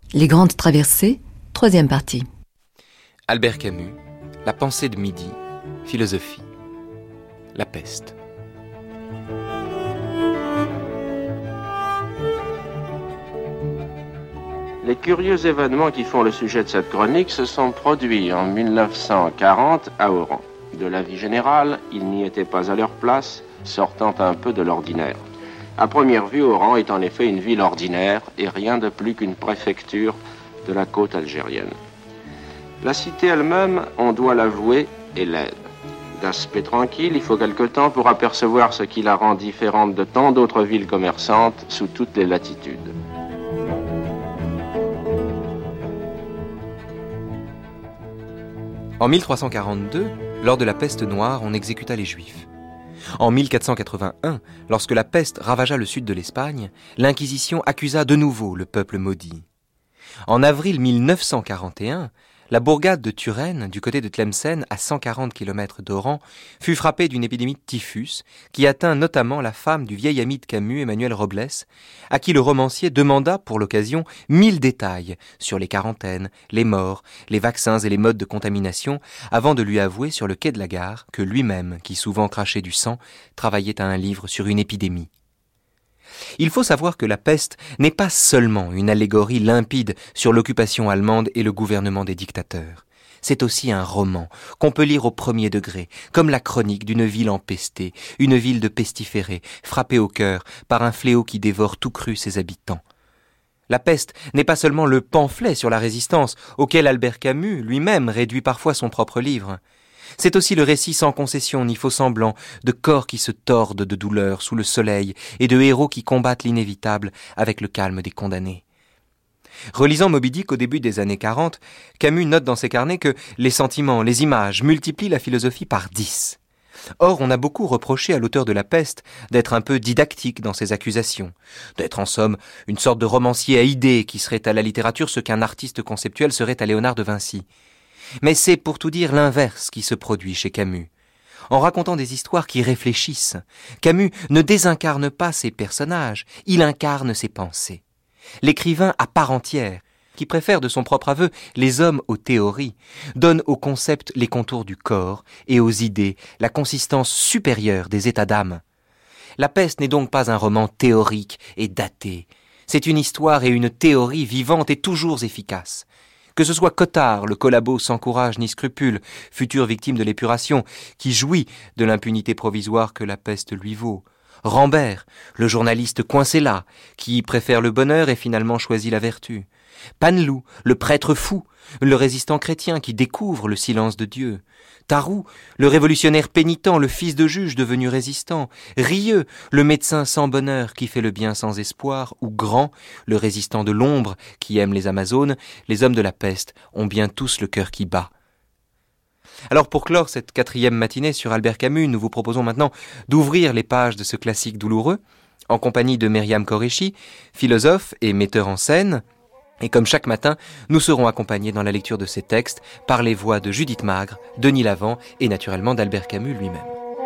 Les grandes traversées, troisième partie. Albert Camus, La pensée de midi, philosophie. La peste. Les curieux événements qui font le sujet de cette chronique se sont produits en 1940 à Oran. De la vie générale, ils n'y étaient pas à leur place, sortant un peu de l'ordinaire. À première vue, Oran est en effet une ville ordinaire et rien de plus qu'une préfecture de la côte algérienne. La cité elle-même, on doit l'avouer, est laide. D'aspect tranquille, il faut quelque temps pour apercevoir ce qui la rend différente de tant d'autres villes commerçantes sous toutes les latitudes. En 1342, lors de la peste noire, on exécuta les Juifs. En 1481, lorsque la peste ravagea le sud de l'Espagne, l'Inquisition accusa de nouveau le peuple maudit. En avril 1941, la bourgade de Turenne, du côté de Tlemcen, à 140 km d'Oran, fut frappée d'une épidémie de typhus qui atteint notamment la femme du vieil ami de Camus, Emmanuel Robles, à qui le romancier demanda pour l'occasion 1000 détails sur les quarantaines, les morts, les vaccins et les modes de contamination, avant de lui avouer sur le quai de la gare que lui-même, qui souvent crachait du sang, travaillait à un livre sur une épidémie. Il faut savoir que la peste n'est pas seulement une allégorie limpide sur l'occupation allemande et le gouvernement des dictateurs. C'est aussi un roman qu'on peut lire au premier degré, comme la chronique d'une ville empestée, une ville de pestiférés, frappée au cœur par un fléau qui dévore tout cru ses habitants. La peste n'est pas seulement le pamphlet sur la résistance, auquel Albert Camus lui-même réduit parfois son propre livre. C'est aussi le récit sans concession ni faux semblant de corps qui se tordent de douleur sous le soleil et de héros qui combattent l'inévitable avec le calme des condamnés. Relisant Moby Dick au début des années 40, Camus note dans ses carnets que les sentiments, les images multiplient la philosophie par 10. Or, on a beaucoup reproché à l'auteur de La Peste d'être un peu didactique dans ses accusations, d'être en somme une sorte de romancier à idées qui serait à la littérature ce qu'un artiste conceptuel serait à Léonard de Vinci. Mais c'est pour tout dire l'inverse qui se produit chez Camus. En racontant des histoires qui réfléchissent, Camus ne désincarne pas ses personnages, il incarne ses pensées. L'écrivain à part entière, qui préfère de son propre aveu les hommes aux théories, donne aux concepts les contours du corps et aux idées la consistance supérieure des états d'âme. La peste n'est donc pas un roman théorique et daté. C'est une histoire et une théorie vivante et toujours efficace. Que ce soit Cottard, le collabo sans courage ni scrupule, future victime de l'épuration, qui jouit de l'impunité provisoire que la peste lui vaut. Rambert, le journaliste coincé là, qui préfère le bonheur et finalement choisit la vertu. Panelou, le prêtre fou, le résistant chrétien qui découvre le silence de Dieu. Tarou, le révolutionnaire pénitent, le fils de juge devenu résistant. Rieux, le médecin sans bonheur qui fait le bien sans espoir. Ou Grand, le résistant de l'ombre qui aime les Amazones. Les hommes de la peste ont bien tous le cœur qui bat. Alors pour clore cette 4e matinée sur Albert Camus, nous vous proposons maintenant d'ouvrir les pages de ce classique douloureux en compagnie de Myriam Qureshi, philosophe et metteur en scène. Et comme chaque matin, nous serons accompagnés dans la lecture de ces textes par les voix de Judith Magre, Denis Lavant et naturellement d'Albert Camus lui-même.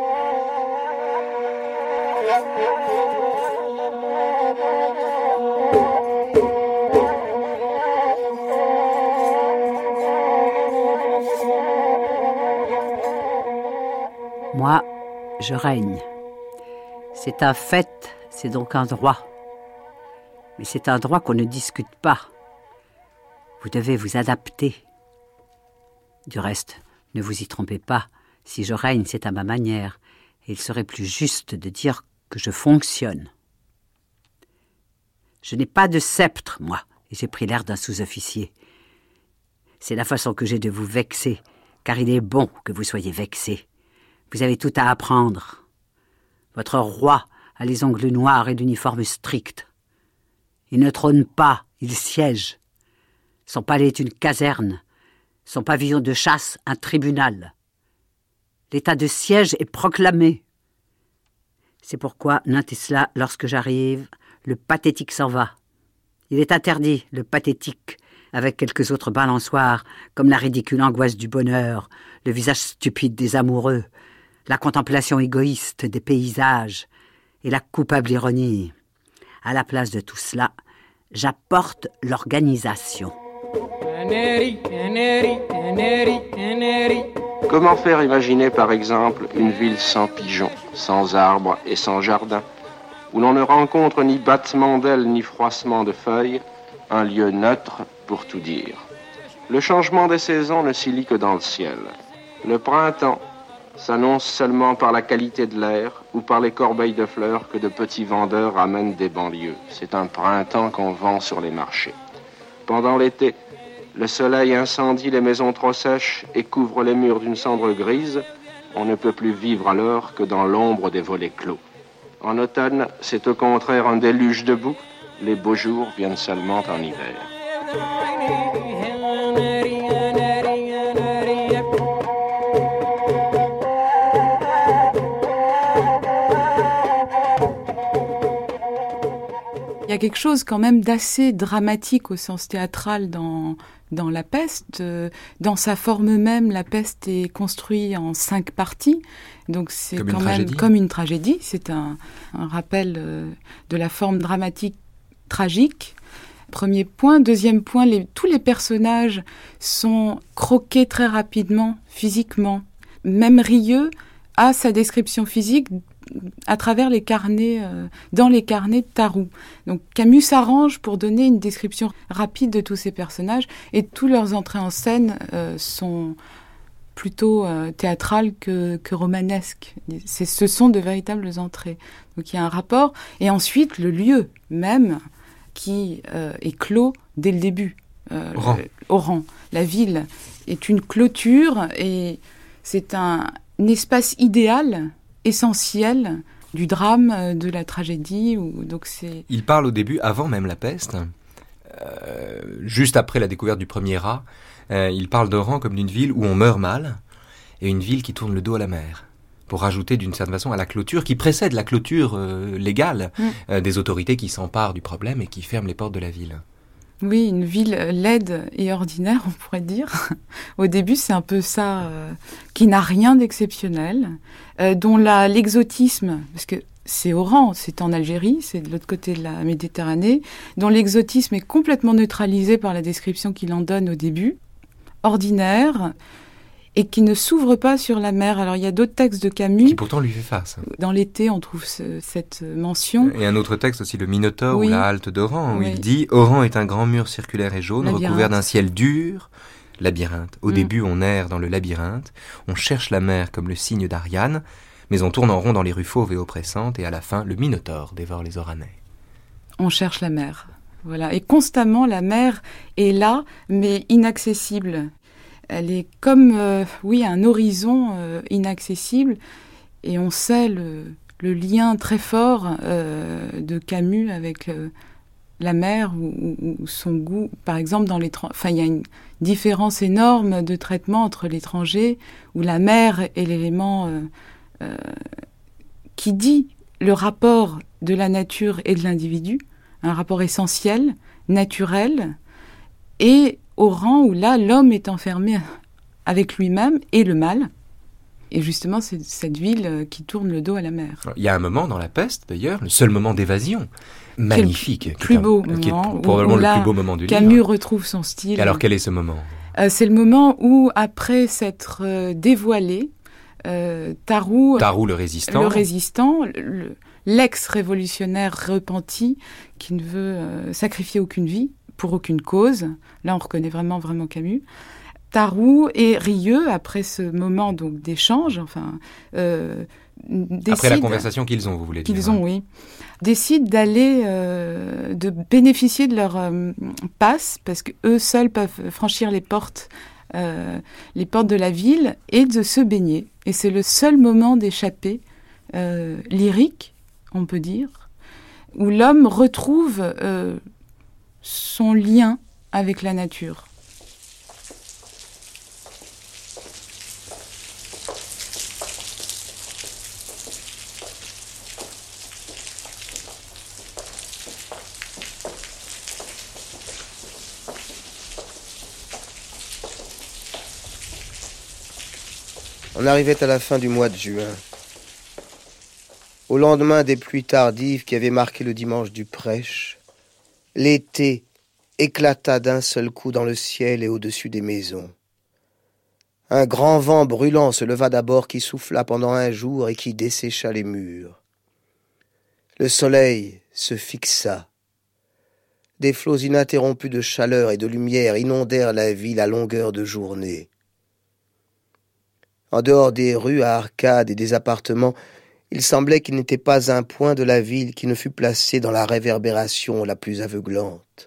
Moi, je règne. C'est un fait, c'est donc un droit. Mais c'est un droit qu'on ne discute pas. Vous devez vous adapter. Du reste, ne vous y trompez pas. Si je règne, c'est à ma manière. Et il serait plus juste de dire que je fonctionne. Je n'ai pas de sceptre, moi, et j'ai pris l'air d'un sous-officier. C'est la façon que j'ai de vous vexer, car il est bon que vous soyez vexés. Vous avez tout à apprendre. Votre roi a les ongles noirs et l'uniforme strict. Il ne trône pas, il siège. Son palais est une caserne, son pavillon de chasse un tribunal. L'état de siège est proclamé. C'est pourquoi, notez cela, lorsque j'arrive, le pathétique s'en va. Il est interdit, le pathétique, avec quelques autres balançoires, comme la ridicule angoisse du bonheur, le visage stupide des amoureux, la contemplation égoïste des paysages et la coupable ironie. À la place de tout cela, j'apporte l'organisation. Comment faire imaginer, par exemple, une ville sans pigeons, sans arbres et sans jardin, où l'on ne rencontre ni battement d'ailes ni froissement de feuilles, un lieu neutre pour tout dire. Le changement des saisons ne s'y lit que dans le ciel. Le printemps s'annonce seulement par la qualité de l'air ou par les corbeilles de fleurs que de petits vendeurs amènent des banlieues. C'est un printemps qu'on vend sur les marchés. Pendant l'été, le soleil incendie les maisons trop sèches et couvre les murs d'une cendre grise. On ne peut plus vivre alors que dans l'ombre des volets clos. En automne, c'est au contraire un déluge de boue. Les beaux jours viennent seulement en hiver. Il y a quelque chose quand même d'assez dramatique au sens théâtral dans La Peste. Dans sa forme même, La Peste est construite en 5 parties. Donc c'est comme quand même comme une tragédie. C'est un rappel de la forme dramatique tragique. Premier point. Deuxième point, tous les personnages sont croqués très rapidement, physiquement. Même Rieux a sa description physique à travers les carnets, dans les carnets de Tarrou. Donc Camus s'arrange pour donner une description rapide de tous ces personnages et toutes leurs entrées en scène sont plutôt théâtrales que romanesques. Ce sont de véritables entrées. Donc il y a un rapport. Et ensuite, le lieu même qui est clos dès le début. Oran. La ville est une clôture et c'est un espace idéal, essentiel du drame, de la tragédie. Donc c'est... Il parle au début, avant même La Peste, juste après la découverte du premier rat, il parle d'Oran comme d'une ville où on meurt mal, et une ville qui tourne le dos à la mer, pour rajouter d'une certaine façon à la clôture, qui précède la clôture légale des autorités qui s'emparent du problème et qui ferment les portes de la ville. Oui, une ville laide et ordinaire, on pourrait dire. Au début, c'est un peu ça, qui n'a rien d'exceptionnel, dont l'exotisme, parce que c'est Oran, c'est en Algérie, c'est de l'autre côté de la Méditerranée, dont l'exotisme est complètement neutralisé par la description qu'il en donne au début, ordinaire, et qui ne s'ouvre pas sur la mer. Alors, il y a d'autres textes de Camus. Qui pourtant lui fait face. Dans l'été, on trouve cette mention. Et un autre texte aussi, le Minotaure, oui. ou la halte d'Oran, où Oui. il dit « Oran est un grand mur circulaire et jaune, Labyrinthe. recouvert d'un ciel dur, labyrinthe. Au début, on erre dans le labyrinthe, on cherche la mer comme le signe d'Ariane, mais on tourne en rond dans les rues fauves et oppressantes, et à la fin, le Minotaure dévore les Oranais. » On cherche la mer. Voilà. Et constamment, la mer est là, mais inaccessible. Elle est comme, un horizon inaccessible. Et on sait le lien très fort de Camus avec la mer ou son goût. Par exemple, il y a une différence énorme de traitement entre l'étranger, où la mer est l'élément qui dit le rapport de la nature et de l'individu, un rapport essentiel, naturel, et au rang où là, l'homme est enfermé avec lui-même et le mal. Et justement, c'est cette ville qui tourne le dos à la mer. Il y a un moment dans La Peste, d'ailleurs, le seul moment d'évasion, magnifique. Qui est probablement le plus beau moment du livre. Camus retrouve son style. Et alors, quel est ce moment ? C'est le moment où, après s'être dévoilé, Tarrou, le résistant, l'ex-révolutionnaire repenti, qui ne veut sacrifier aucune vie, pour aucune cause. Là, on reconnaît vraiment, vraiment Camus. Tarrou et Rieux, après ce moment donc d'échange, après la conversation qu'ils ont, vous voulez dire. Qu'ils ont, oui. Décident d'aller, de bénéficier de leur passe, parce qu'eux seuls peuvent franchir les portes de la ville, et de se baigner. Et c'est le seul moment d'échappée lyrique, on peut dire, où l'homme retrouve son lien avec la nature. On arrivait à la fin du mois de juin, au lendemain des pluies tardives qui avaient marqué le dimanche du prêche, L'été éclata d'un seul coup dans le ciel et au-dessus des maisons. Un grand vent brûlant se leva d'abord qui souffla pendant un jour et qui dessécha les murs. Le soleil se fixa. Des flots ininterrompus de chaleur et de lumière inondèrent la ville à longueur de journée. En dehors des rues à arcades et des appartements, il semblait qu'il n'était pas un point de la ville qui ne fût placé dans la réverbération la plus aveuglante.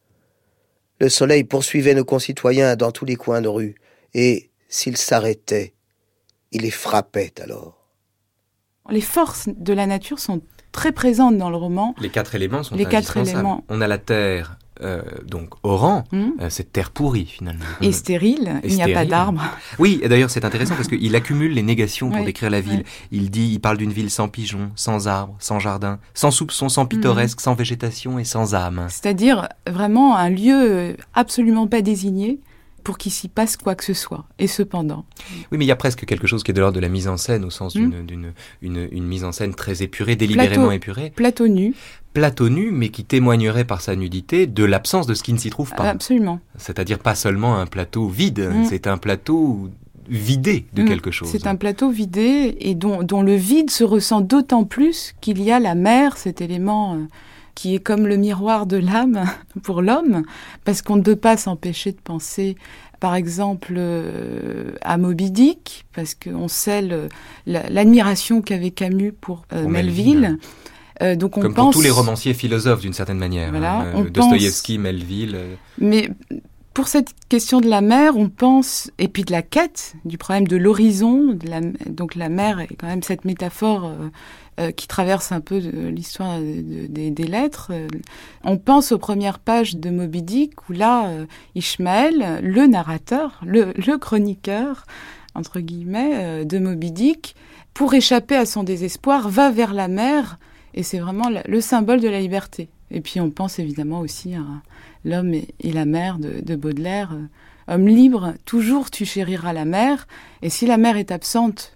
Le soleil poursuivait nos concitoyens dans tous les coins de rue, et, s'il s'arrêtait, il les frappait alors. Les forces de la nature sont très présentes dans le roman. Les 4 éléments sont Les 4 indispensables. éléments. On a la terre, donc Oran, cette terre pourrie finalement. Et stérile, il n'y a pas d'arbres. Oui, et d'ailleurs c'est intéressant parce qu'il accumule les négations pour décrire la ville. Ouais. Il parle d'une ville sans pigeons, sans arbres, sans jardin, sans soupçons, sans pittoresque, sans végétation et sans âme. C'est-à-dire vraiment un lieu absolument pas désigné pour qu'il s'y passe quoi que ce soit. Et cependant... Oui, mais il y a presque quelque chose qui est de l'ordre de la mise en scène, au sens d'une mise en scène très épurée, délibérément épurée. Plateau nu, mais qui témoignerait par sa nudité de l'absence de ce qui ne s'y trouve pas. Absolument. C'est-à-dire pas seulement un plateau vide, c'est un plateau vidé de quelque chose. C'est un plateau vidé et dont le vide se ressent d'autant plus qu'il y a la mer, cet élément... qui est comme le miroir de l'âme pour l'homme, parce qu'on ne peut pas s'empêcher de penser, par exemple, à Moby Dick, parce qu'on sait l'admiration qu'avait Camus pour Melville. Donc on comme pense... pour tous les romanciers philosophes, d'une certaine manière. Voilà, Dostoïevski, Melville... Mais pour cette question de la mer, on pense, et puis de la quête, du problème de l'horizon, donc la mer est quand même cette métaphore... qui traverse un peu l'histoire des lettres. On pense aux premières pages de Moby Dick, où là, Ishmael, le narrateur, le chroniqueur, entre guillemets, de Moby Dick, pour échapper à son désespoir, va vers la mer, et c'est vraiment le symbole de la liberté. Et puis on pense évidemment aussi à L'homme et la mer de Baudelaire. Homme libre, toujours tu chériras la mer, et si la mer est absente,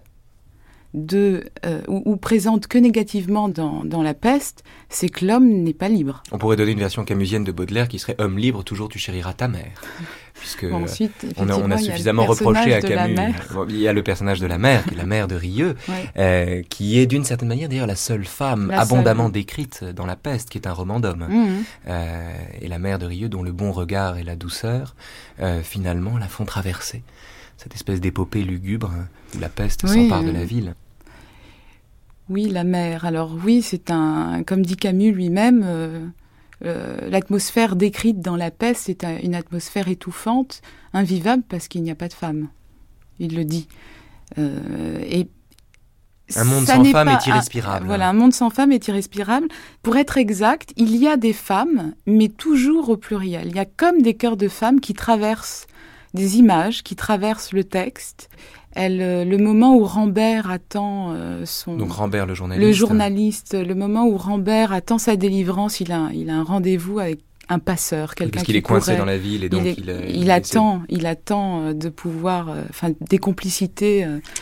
ou présente que négativement dans La Peste, c'est que l'homme n'est pas libre. On pourrait donner une version camusienne de Baudelaire qui serait « Homme libre, toujours tu chériras ta mère ». Puisque ensuite, on a suffisamment reproché à Camus. Il y a le personnage de la mère, qui est la mère de Rieux, qui est d'une certaine manière d'ailleurs la seule femme abondamment décrite dans La Peste, qui est un roman d'homme. Et la mère de Rieux, dont le bon regard et la douceur, finalement, la font traverser cette espèce d'épopée lugubre où la peste s'empare de la ville. Oui, la mer. Alors oui, c'est comme dit Camus lui-même, l'atmosphère décrite dans La Peste, c'est une atmosphère étouffante, invivable, parce qu'il n'y a pas de femme. Il le dit. Et un monde sans femme est irrespirable. Voilà, un monde sans femme est irrespirable. Pour être exact, il y a des femmes, mais toujours au pluriel. Il y a comme des cœurs de femmes qui traversent des images, qui traversent le texte. Le moment où Rambert attend Donc Rambert, le journaliste. Le journaliste, le moment où Rambert attend sa délivrance, il a un rendez-vous avec un passeur, quelqu'un parce qu'il est coincé dans la ville et donc il attend de pouvoir, des complicités,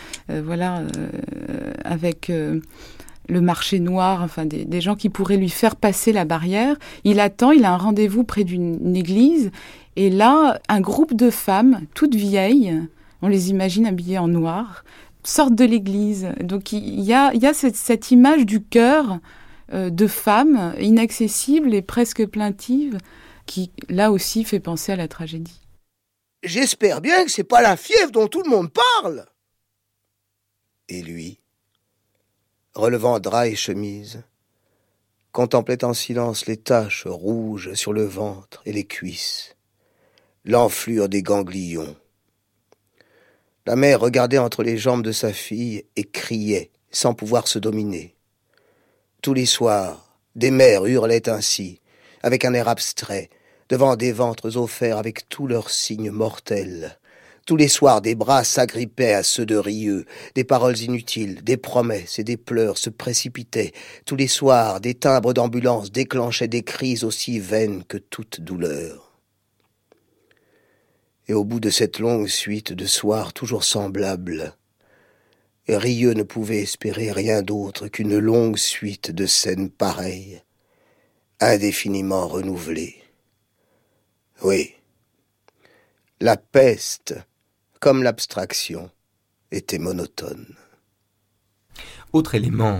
avec le marché noir, des gens qui pourraient lui faire passer la barrière. Il attend, il a un rendez-vous près d'une église, et là, un groupe de femmes, toutes vieilles, on les imagine habillées en noir, sortent de l'église. Donc il y a cette image du cœur de femmes inaccessibles et presque plaintives, qui là aussi fait penser à la tragédie. J'espère bien que c'est pas la fièvre dont tout le monde parle. Et lui, relevant drap et chemise, contemplait en silence les taches rouges sur le ventre et les cuisses, l'enflure des ganglions. La mère regardait entre les jambes de sa fille et criait, sans pouvoir se dominer. Tous les soirs, des mères hurlaient ainsi, avec un air abstrait, devant des ventres offerts avec tous leurs signes mortels. Tous les soirs, des bras s'agrippaient à ceux de Rieux, des paroles inutiles, des promesses et des pleurs se précipitaient. Tous les soirs, des timbres d'ambulance déclenchaient des crises aussi vaines que toute douleur. Et au bout de cette longue suite de soirs toujours semblables, Rieux ne pouvait espérer rien d'autre qu'une longue suite de scènes pareilles, indéfiniment renouvelée. Oui, la peste, comme l'abstraction, était monotone. Autre élément,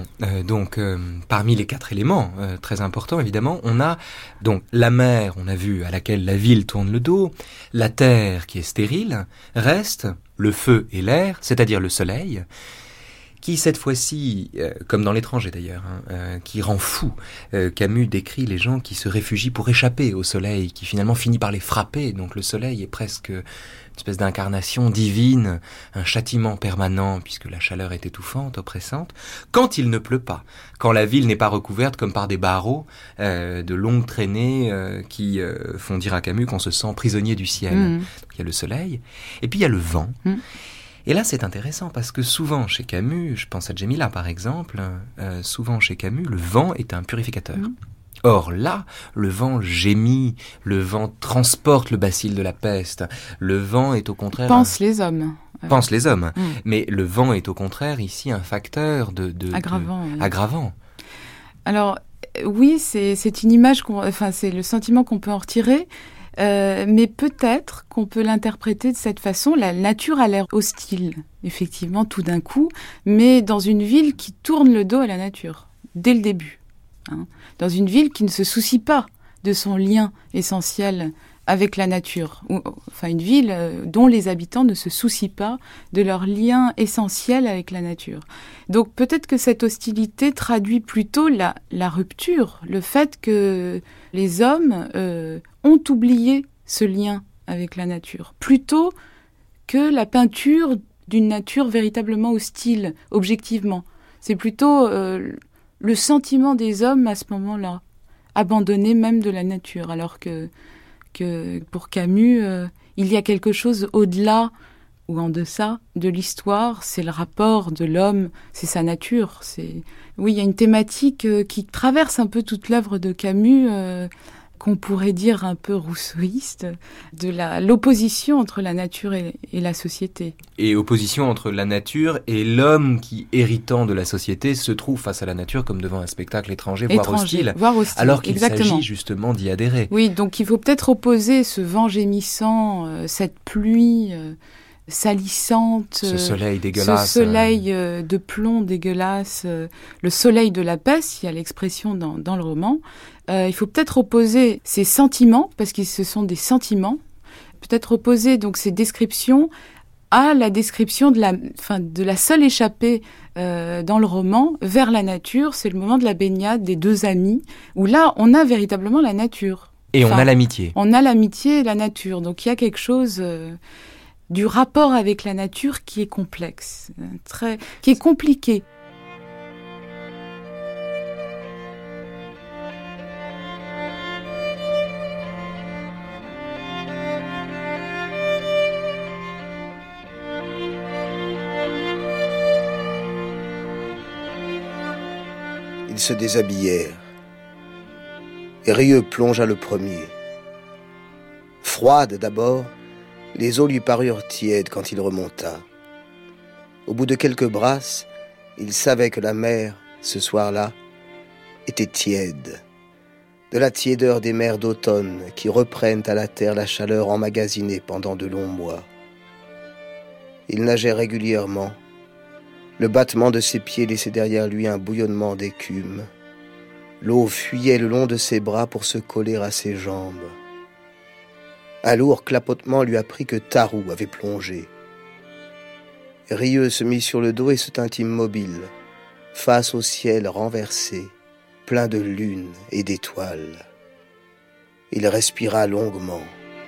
parmi les 4 éléments, très importants évidemment, on a donc la mer, on a vu, à laquelle la ville tourne le dos, la terre qui est stérile, reste le feu et l'air, c'est-à-dire le soleil, qui cette fois-ci, comme dans l'étranger d'ailleurs, qui rend fou. Camus décrit les gens qui se réfugient pour échapper au soleil, qui finalement finit par les frapper, donc le soleil est presque une espèce d'incarnation divine, un châtiment permanent, puisque la chaleur est étouffante, oppressante, quand il ne pleut pas, quand la ville n'est pas recouverte comme par des barreaux, de longues traînées qui font dire à Camus qu'on se sent prisonnier du ciel. Donc il y a le soleil, et puis il y a le vent. Et là, c'est intéressant parce que souvent chez Camus, je pense à Djémila par exemple, souvent chez Camus, le vent est un purificateur. Or là, le vent gémit, le vent transporte le bacille de la peste, le vent est au contraire... Pense les hommes. Mais le vent est au contraire ici un facteur aggravant. Alors, oui, c'est une image, c'est le sentiment qu'on peut en retirer. Mais peut-être qu'on peut l'interpréter de cette façon. La nature a l'air hostile, effectivement, tout d'un coup, mais dans une ville qui tourne le dos à la nature, dès le début. Dans une ville qui ne se soucie pas de son lien essentiel avec la nature. Enfin, une ville dont les habitants ne se soucient pas de leur lien essentiel avec la nature. Donc peut-être que cette hostilité traduit plutôt la rupture, le fait que les hommes ont oublié ce lien avec la nature, plutôt que la peinture d'une nature véritablement hostile, objectivement. C'est plutôt le sentiment des hommes à ce moment-là, abandonnés même de la nature, alors que pour Camus, il y a quelque chose au-delà ou en deçà de l'histoire, c'est le rapport de l'homme, c'est sa nature. Oui, il y a une thématique qui traverse un peu toute l'œuvre de Camus, qu'on pourrait dire un peu rousseauiste, de l'opposition entre la nature et la société. Et opposition entre la nature et l'homme qui, héritant de la société, se trouve face à la nature comme devant un spectacle étranger, voire hostile, alors qu'il s'agit justement d'y adhérer. Oui, donc il faut peut-être opposer ce vent gémissant, cette pluie salissante, ce soleil dégueulasse, ce soleil de plomb dégueulasse, le soleil de la peste, il y a l'expression dans le roman. Il faut peut-être opposer ces sentiments, parce que ce sont des sentiments, peut-être opposer donc ces descriptions à la description de la seule échappée dans le roman vers la nature. C'est le moment de la baignade des 2 amis, où là, on a véritablement la nature. Et on a l'amitié. On a l'amitié et la nature. Donc il y a quelque chose du rapport avec la nature qui est complexe, qui est compliqué. Ils se déshabillèrent. Et Rieux plongea le premier. Froide d'abord, les eaux lui parurent tièdes quand il remonta. Au bout de quelques brasses, il savait que la mer, ce soir-là, était tiède. De la tiédeur des mers d'automne qui reprennent à la terre la chaleur emmagasinée pendant de longs mois. Il nageait régulièrement. Le battement de ses pieds laissait derrière lui un bouillonnement d'écume. L'eau fuyait le long de ses bras pour se coller à ses jambes. Un lourd clapotement lui apprit que Tarou avait plongé. Rieux se mit sur le dos et se tint immobile, face au ciel renversé, plein de lune et d'étoiles. Il respira longuement.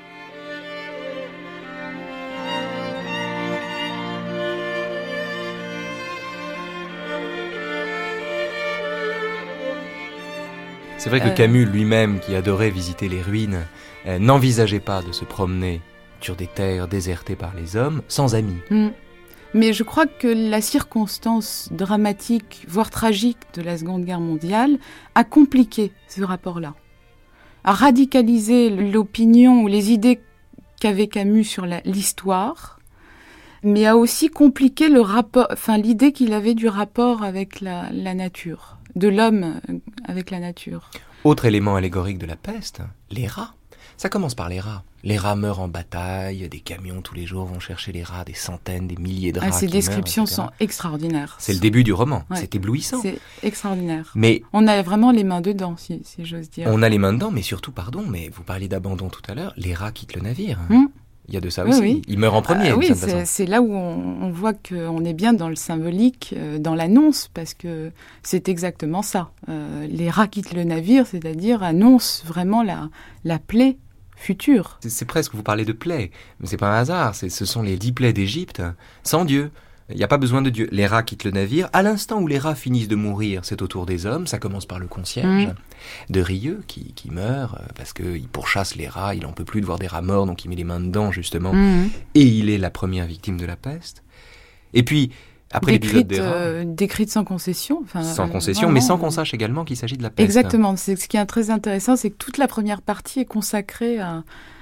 C'est vrai que Camus lui-même, qui adorait visiter les ruines, n'envisageait pas de se promener sur des terres désertées par les hommes, sans amis. Mais je crois que la circonstance dramatique, voire tragique de la Seconde Guerre mondiale a compliqué ce rapport-là, a radicalisé l'opinion ou les idées qu'avait Camus sur l'histoire, mais a aussi compliqué l'idée qu'il avait du rapport avec la nature, de l'homme avec la nature. Autre élément allégorique de la peste, les rats. Ça commence par les rats. Les rats meurent en bataille, des camions tous les jours vont chercher les rats, des centaines, des milliers de rats Ces qui descriptions meurent, etc. sont extraordinaires. C'est le début du roman, Ouais. c'est éblouissant. C'est extraordinaire. Mais On a vraiment les mains dedans, si j'ose dire. on a les mains dedans, mais surtout, mais vous parliez d'abandon tout à l'heure, les rats quittent le navire. Il y a de ça Oui, aussi. oui. Ils meurent en premier, Oui, d'une certaine façon. c'est là où on voit qu'on est bien dans le symbolique, dans l'annonce, parce que c'est exactement ça. Les rats quittent le navire, c'est-à-dire annoncent vraiment la plaie future. C'est presque, vous parlez de plaies, mais c'est pas un hasard, ce sont les 10 plaies d'Égypte, sans Dieu. Il n'y a pas besoin de Dieu. Les rats quittent le navire. À l'instant où les rats finissent de mourir, c'est au tour des hommes. Ça commence par le concierge de Rieux qui meurt parce qu'il pourchasse les rats. Il n'en peut plus de voir des rats morts, donc il met les mains dedans, justement. Et il est la première victime de la peste. Et puis, après l'épisode des rats... décrite sans concession. Sans concession, mais sans qu'on sache également qu'il s'agit de la peste. Exactement. C'est ce qui est très intéressant, c'est que toute la première partie est consacrée à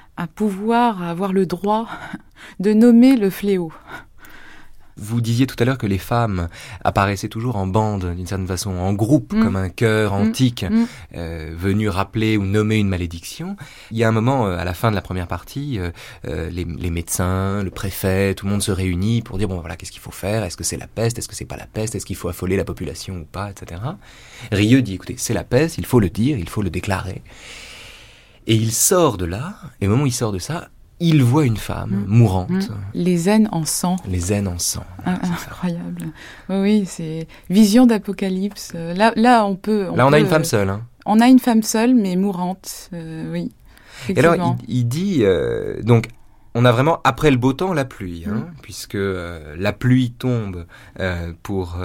avoir le droit de nommer le fléau. Vous disiez tout à l'heure que les femmes apparaissaient toujours en bande, d'une certaine façon, en groupe, comme un chœur antique venu rappeler ou nommer une malédiction. Il y a un moment, à la fin de la première partie, les médecins, le préfet, tout le monde se réunit pour dire, bon voilà, qu'est-ce qu'il faut faire ? Est-ce que c'est la peste ? Est-ce que c'est pas la peste ? Est-ce qu'il faut affoler la population ou pas ? Etc. Rieux dit, écoutez, c'est la peste, il faut le dire, il faut le déclarer. Et il sort de là, et au moment où il sort de ça, il voit une femme mourante. Les aines en sang. Les aines en sang. Incroyable. Oui, c'est vision d'apocalypse. Là, on a une femme seule. Hein. On a une femme seule, mais mourante. Oui. Et alors, il dit... donc, on a vraiment, après le beau temps, la pluie, puisque la pluie tombe pour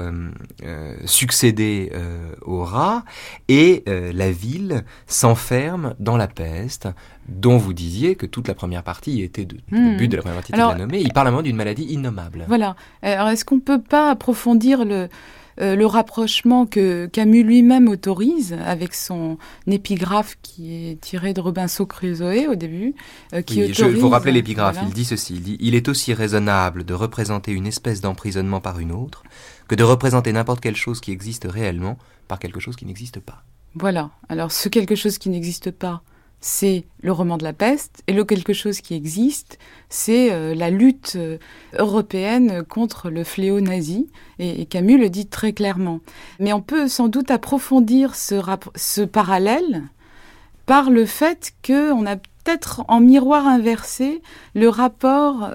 succéder aux rats, et la ville s'enferme dans la peste, dont vous disiez que toute la première partie était le but de la première partie était de la nommer. Il parle à un moment d'une maladie innommable. Voilà. Alors, est-ce qu'on ne peut pas approfondir le rapprochement que Camus lui-même autorise avec son épigraphe qui est tiré de Robinson Crusoe au début, qui autorise... Je vous rappeler l'épigraphe, voilà. il dit ceci, il dit « Il est aussi raisonnable de représenter une espèce d'emprisonnement par une autre que de représenter n'importe quelle chose qui existe réellement par quelque chose qui n'existe pas. » Voilà. Alors, ce quelque chose qui n'existe pas, c'est le roman de la peste, et le quelque chose qui existe, c'est la lutte européenne contre le fléau nazi, et Camus le dit très clairement. Mais on peut sans doute approfondir ce parallèle par le fait qu'on a peut-être en miroir inversé le rapport,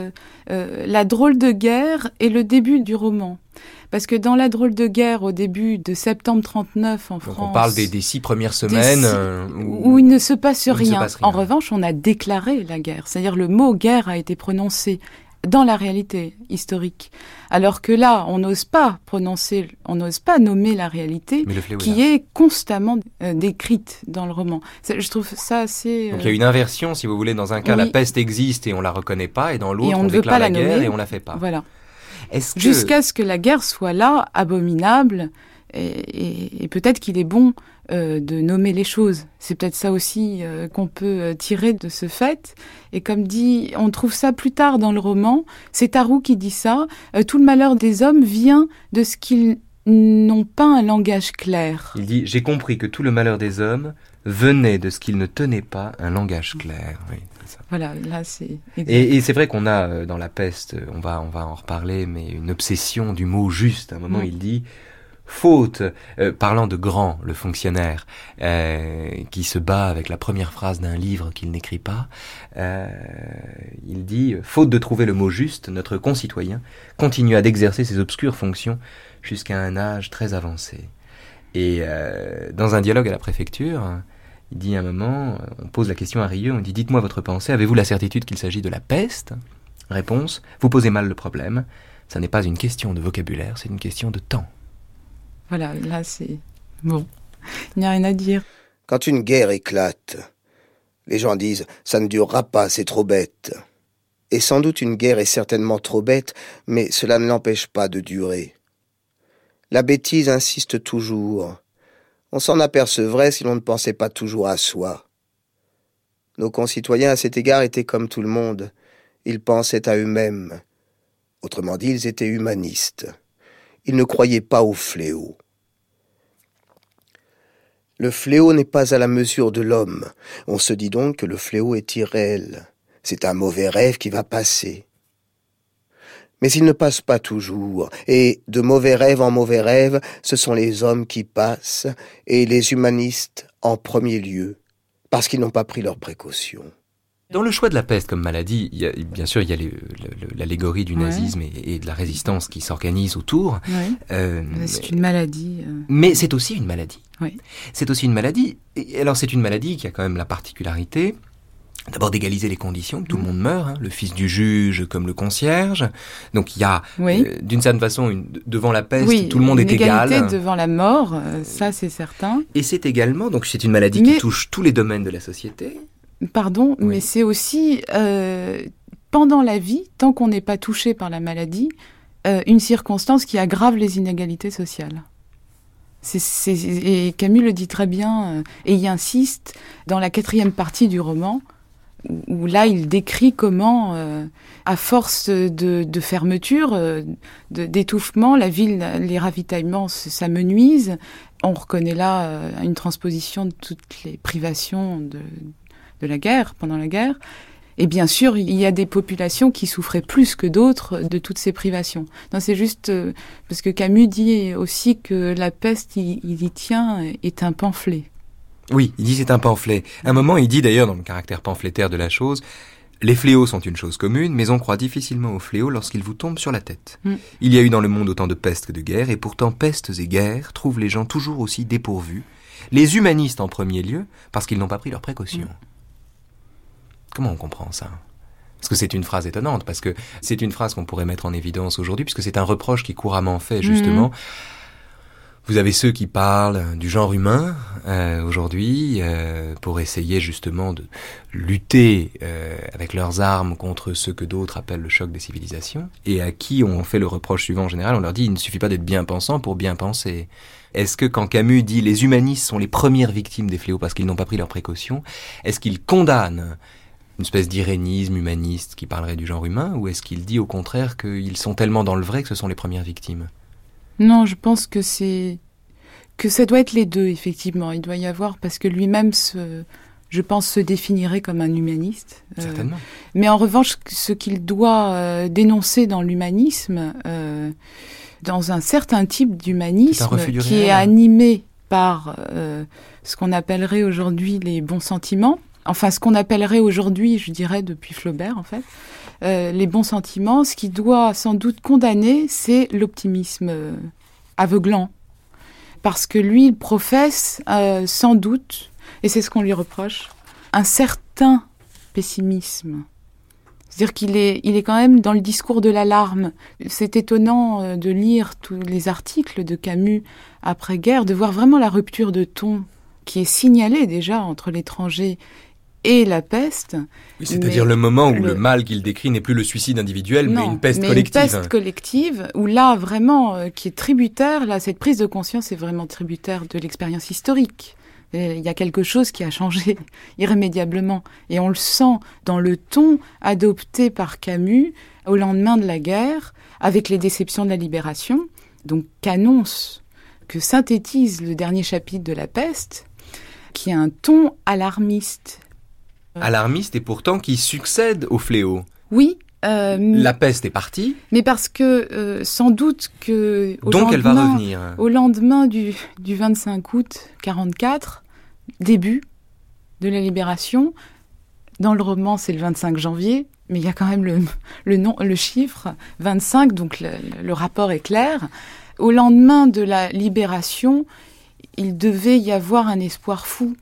la drôle de guerre et le début du roman. Parce que dans la drôle de guerre, au début de septembre 39 en France... On parle des 6 premières semaines... où il ne se passe rien. Se passe rien. En revanche, on a déclaré la guerre. C'est-à-dire le mot « guerre » a été prononcé dans la réalité historique. Alors que là, on n'ose pas nommer la réalité qui est constamment décrite dans le roman. Je trouve ça assez... Donc il y a une inversion, si vous voulez. Dans un cas, la peste existe et on la reconnaît pas, et dans l'autre, on déclare la guerre et on la fait pas. Voilà. Jusqu'à ce que la guerre soit là, abominable, et peut-être qu'il est bon de nommer les choses. C'est peut-être ça aussi qu'on peut tirer de ce fait. Et comme dit, on trouve ça plus tard dans le roman, c'est Tarou qui dit ça, tout le malheur des hommes vient de ce qu'ils n'ont pas un langage clair. Il dit, j'ai compris que tout le malheur des hommes venait de ce qu'ils ne tenaient pas un langage clair. Oui, c'est ça. Voilà, là c'est... Et c'est vrai qu'on a dans la peste, on va en reparler, mais une obsession du mot juste. À un moment, il dit... Faute, parlant de Grand, le fonctionnaire, qui se bat avec la première phrase d'un livre qu'il n'écrit pas, il dit « Faute de trouver le mot juste, notre concitoyen continua d'exercer ses obscures fonctions jusqu'à un âge très avancé. » Et dans un dialogue à la préfecture, il dit à un moment, on pose la question à Rieux, on dit « Dites-moi votre pensée, avez-vous la certitude qu'il s'agit de la peste ?» Réponse « Vous posez mal le problème, ça n'est pas une question de vocabulaire, c'est une question de temps. » Voilà, là c'est... Bon, il n'y a rien à dire. Quand une guerre éclate, les gens disent « ça ne durera pas, c'est trop bête ». Et sans doute une guerre est certainement trop bête, mais cela ne l'empêche pas de durer. La bêtise insiste toujours. On s'en apercevrait si l'on ne pensait pas toujours à soi. Nos concitoyens à cet égard étaient comme tout le monde. Ils pensaient à eux-mêmes. Autrement dit, ils étaient humanistes. Ils ne croyaient pas au fléau. Le fléau n'est pas à la mesure de l'homme. On se dit donc que le fléau est irréel. C'est un mauvais rêve qui va passer. Mais il ne passe pas toujours, et de mauvais rêve en mauvais rêve, ce sont les hommes qui passent, et les humanistes en premier lieu, parce qu'ils n'ont pas pris leurs précautions. Dans le choix de la peste comme maladie, bien sûr, il y a l'allégorie du nazisme et de la résistance qui s'organise autour. Oui. C'est une maladie. Mais c'est aussi une maladie. Oui. C'est aussi une maladie. Et alors, c'est une maladie qui a quand même la particularité, d'abord d'égaliser les conditions, que tout le monde meurt, hein, le fils du juge comme le concierge. Donc il y a, d'une certaine façon, devant la peste, tout le monde est égal. Une égalité devant la mort, ça c'est certain. Et c'est également, donc c'est une maladie qui touche tous les domaines de la société. Pardon, mais c'est aussi, pendant la vie, tant qu'on n'est pas touché par la maladie, une circonstance qui aggrave les inégalités sociales. Et Camus le dit très bien, et il insiste dans la 4e partie du roman, où là il décrit comment, à force de fermeture, d'étouffement, la ville, les ravitaillements s'amenuisent. On reconnaît là une transposition de toutes les privations de la guerre, pendant la guerre. Et bien sûr, il y a des populations qui souffraient plus que d'autres de toutes ces privations. Non, c'est juste parce que Camus dit aussi que la peste, il y tient, est un pamphlet. Oui, il dit c'est un pamphlet. À un moment, il dit d'ailleurs, dans le caractère pamphlétaire de la chose, les fléaux sont une chose commune, mais on croit difficilement aux fléaux lorsqu'ils vous tombent sur la tête. Il y a eu dans le monde autant de pestes que de guerres, et pourtant pestes et guerres trouvent les gens toujours aussi dépourvus. Les humanistes en premier lieu, parce qu'ils n'ont pas pris leurs précautions. Comment on comprend ça ? Parce que c'est une phrase étonnante, parce que c'est une phrase qu'on pourrait mettre en évidence aujourd'hui, puisque c'est un reproche qui est couramment fait, justement. Vous avez ceux qui parlent du genre humain, aujourd'hui, pour essayer justement de lutter avec leurs armes contre ce que d'autres appellent le choc des civilisations, et à qui on fait le reproche suivant en général, on leur dit « il ne suffit pas d'être bien pensant pour bien penser ». Est-ce que quand Camus dit « les humanistes sont les premières victimes des fléaux parce qu'ils n'ont pas pris leurs précautions », est-ce qu'il condamne une espèce d'irénisme humaniste qui parlerait du genre humain, ou est-ce qu'il dit au contraire qu'ils sont tellement dans le vrai que ce sont les premières victimes ? Non, je pense que ça doit être les deux, effectivement. Il doit y avoir, parce que lui-même, je pense, se définirait comme un humaniste. Certainement. Mais en revanche, ce qu'il doit dénoncer dans l'humanisme, dans un certain type d'humanisme qui est animé par ce qu'on appellerait aujourd'hui les bons sentiments, enfin ce qu'on appellerait aujourd'hui, je dirais depuis Flaubert en fait, les bons sentiments, ce qui doit sans doute condamner, c'est l'optimisme aveuglant. Parce que lui, il professe sans doute, et c'est ce qu'on lui reproche, un certain pessimisme. C'est-à-dire qu'il est quand même dans le discours de l'alarme. C'est étonnant de lire tous les articles de Camus après-guerre, de voir vraiment la rupture de ton qui est signalée déjà entre l'étranger et la peste. Oui, c'est-à-dire le moment où le mal qu'il décrit n'est plus le suicide individuel, mais une peste collective. Une peste collective, où là, vraiment, qui est tributaire, là, cette prise de conscience est vraiment tributaire de l'expérience historique. Il y a quelque chose qui a changé irrémédiablement. Et on le sent dans le ton adopté par Camus au lendemain de la guerre, avec les déceptions de la libération, donc qu'annonce, que synthétise le dernier chapitre de La Peste, qui a un ton alarmiste. Alarmiste et pourtant qui succède au fléau. Oui. La peste est partie. Mais parce que sans doute que elle va revenir. Au lendemain du 25 août 1944, début de la libération, dans le roman c'est le 25 janvier, mais il y a quand même le chiffre 25, donc le rapport est clair. Au lendemain de la libération, il devait y avoir un espoir fou.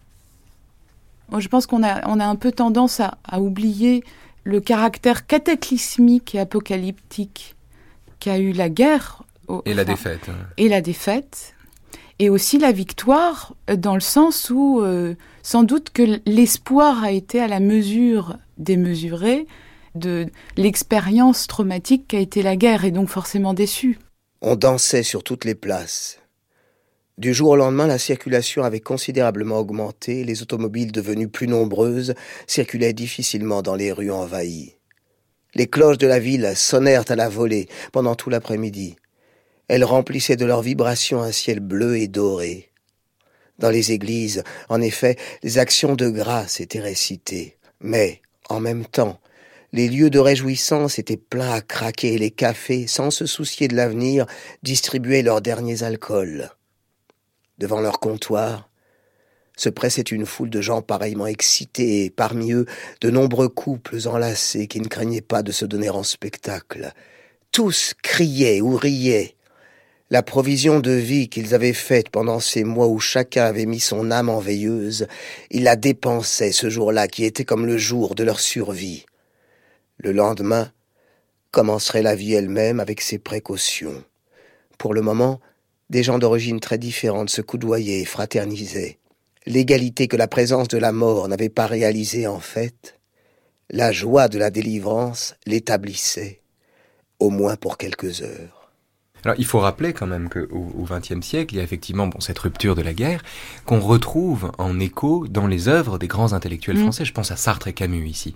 Je pense qu'on a un peu tendance à oublier le caractère cataclysmique et apocalyptique qu'a eu la guerre. La défaite. Et la défaite. Et aussi la victoire, dans le sens où, sans doute que l'espoir a été à la mesure démesurée de l'expérience traumatique qu'a été la guerre, et donc forcément déçu. On dansait sur toutes les places. Du jour au lendemain, la circulation avait considérablement augmenté, les automobiles devenues plus nombreuses circulaient difficilement dans les rues envahies. Les cloches de la ville sonnèrent à la volée pendant tout l'après-midi. Elles remplissaient de leurs vibrations un ciel bleu et doré. Dans les églises, en effet, les actions de grâce étaient récitées. Mais, en même temps, les lieux de réjouissance étaient pleins à craquer et les cafés, sans se soucier de l'avenir, distribuaient leurs derniers alcools. Devant leur comptoir, se pressait une foule de gens pareillement excités et parmi eux, de nombreux couples enlacés qui ne craignaient pas de se donner en spectacle. Tous criaient ou riaient. La provision de vie qu'ils avaient faite pendant ces mois où chacun avait mis son âme en veilleuse, ils la dépensaient ce jour-là qui était comme le jour de leur survie. Le lendemain, commencerait la vie elle-même avec ses précautions. Pour le moment, des gens d'origine très différente se coudoyaient et fraternisaient. L'égalité que la présence de la mort n'avait pas réalisée en fait, la joie de la délivrance l'établissait, au moins pour quelques heures. Alors, il faut rappeler quand même qu'au XXe siècle, il y a effectivement cette rupture de la guerre qu'on retrouve en écho dans les œuvres des grands intellectuels français. Je pense à Sartre et Camus ici.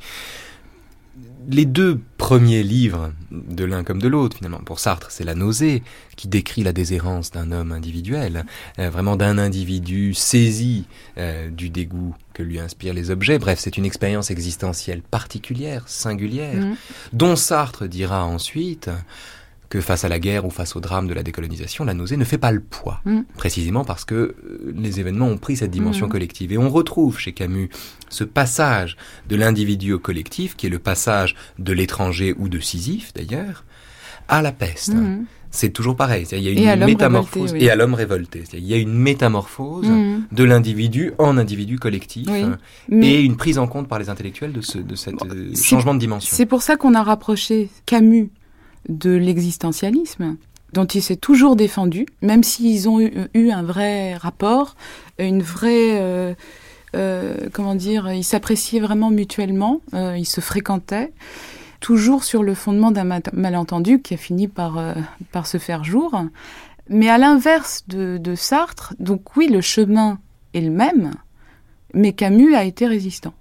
Les deux premiers livres, de l'un comme de l'autre, finalement, pour Sartre, c'est La nausée, qui décrit la déshérence d'un homme individuel, vraiment d'un individu saisi du dégoût que lui inspirent les objets. Bref, c'est une expérience existentielle particulière, singulière, dont Sartre dira ensuite que face à la guerre ou face au drame de la décolonisation, la nausée ne fait pas le poids, précisément parce que les événements ont pris cette dimension collective. Et on retrouve chez Camus ce passage de l'individu au collectif, qui est le passage de l'étranger ou de Sisyphe d'ailleurs, à la peste. C'est toujours pareil, il y a une métamorphose, et à l'homme révolté. Il y a une métamorphose de l'individu en individu collectif, et une prise en compte par les intellectuels de ce changement de dimension. C'est pour ça qu'on a rapproché Camus de l'existentialisme, dont il s'est toujours défendu, même s'ils ont eu un vrai rapport, une vraie... ils s'appréciaient vraiment mutuellement, ils se fréquentaient, toujours sur le fondement d'un malentendu qui a fini par se faire jour. Mais à l'inverse de Sartre, donc oui, le chemin est le même, mais Camus a été résistant.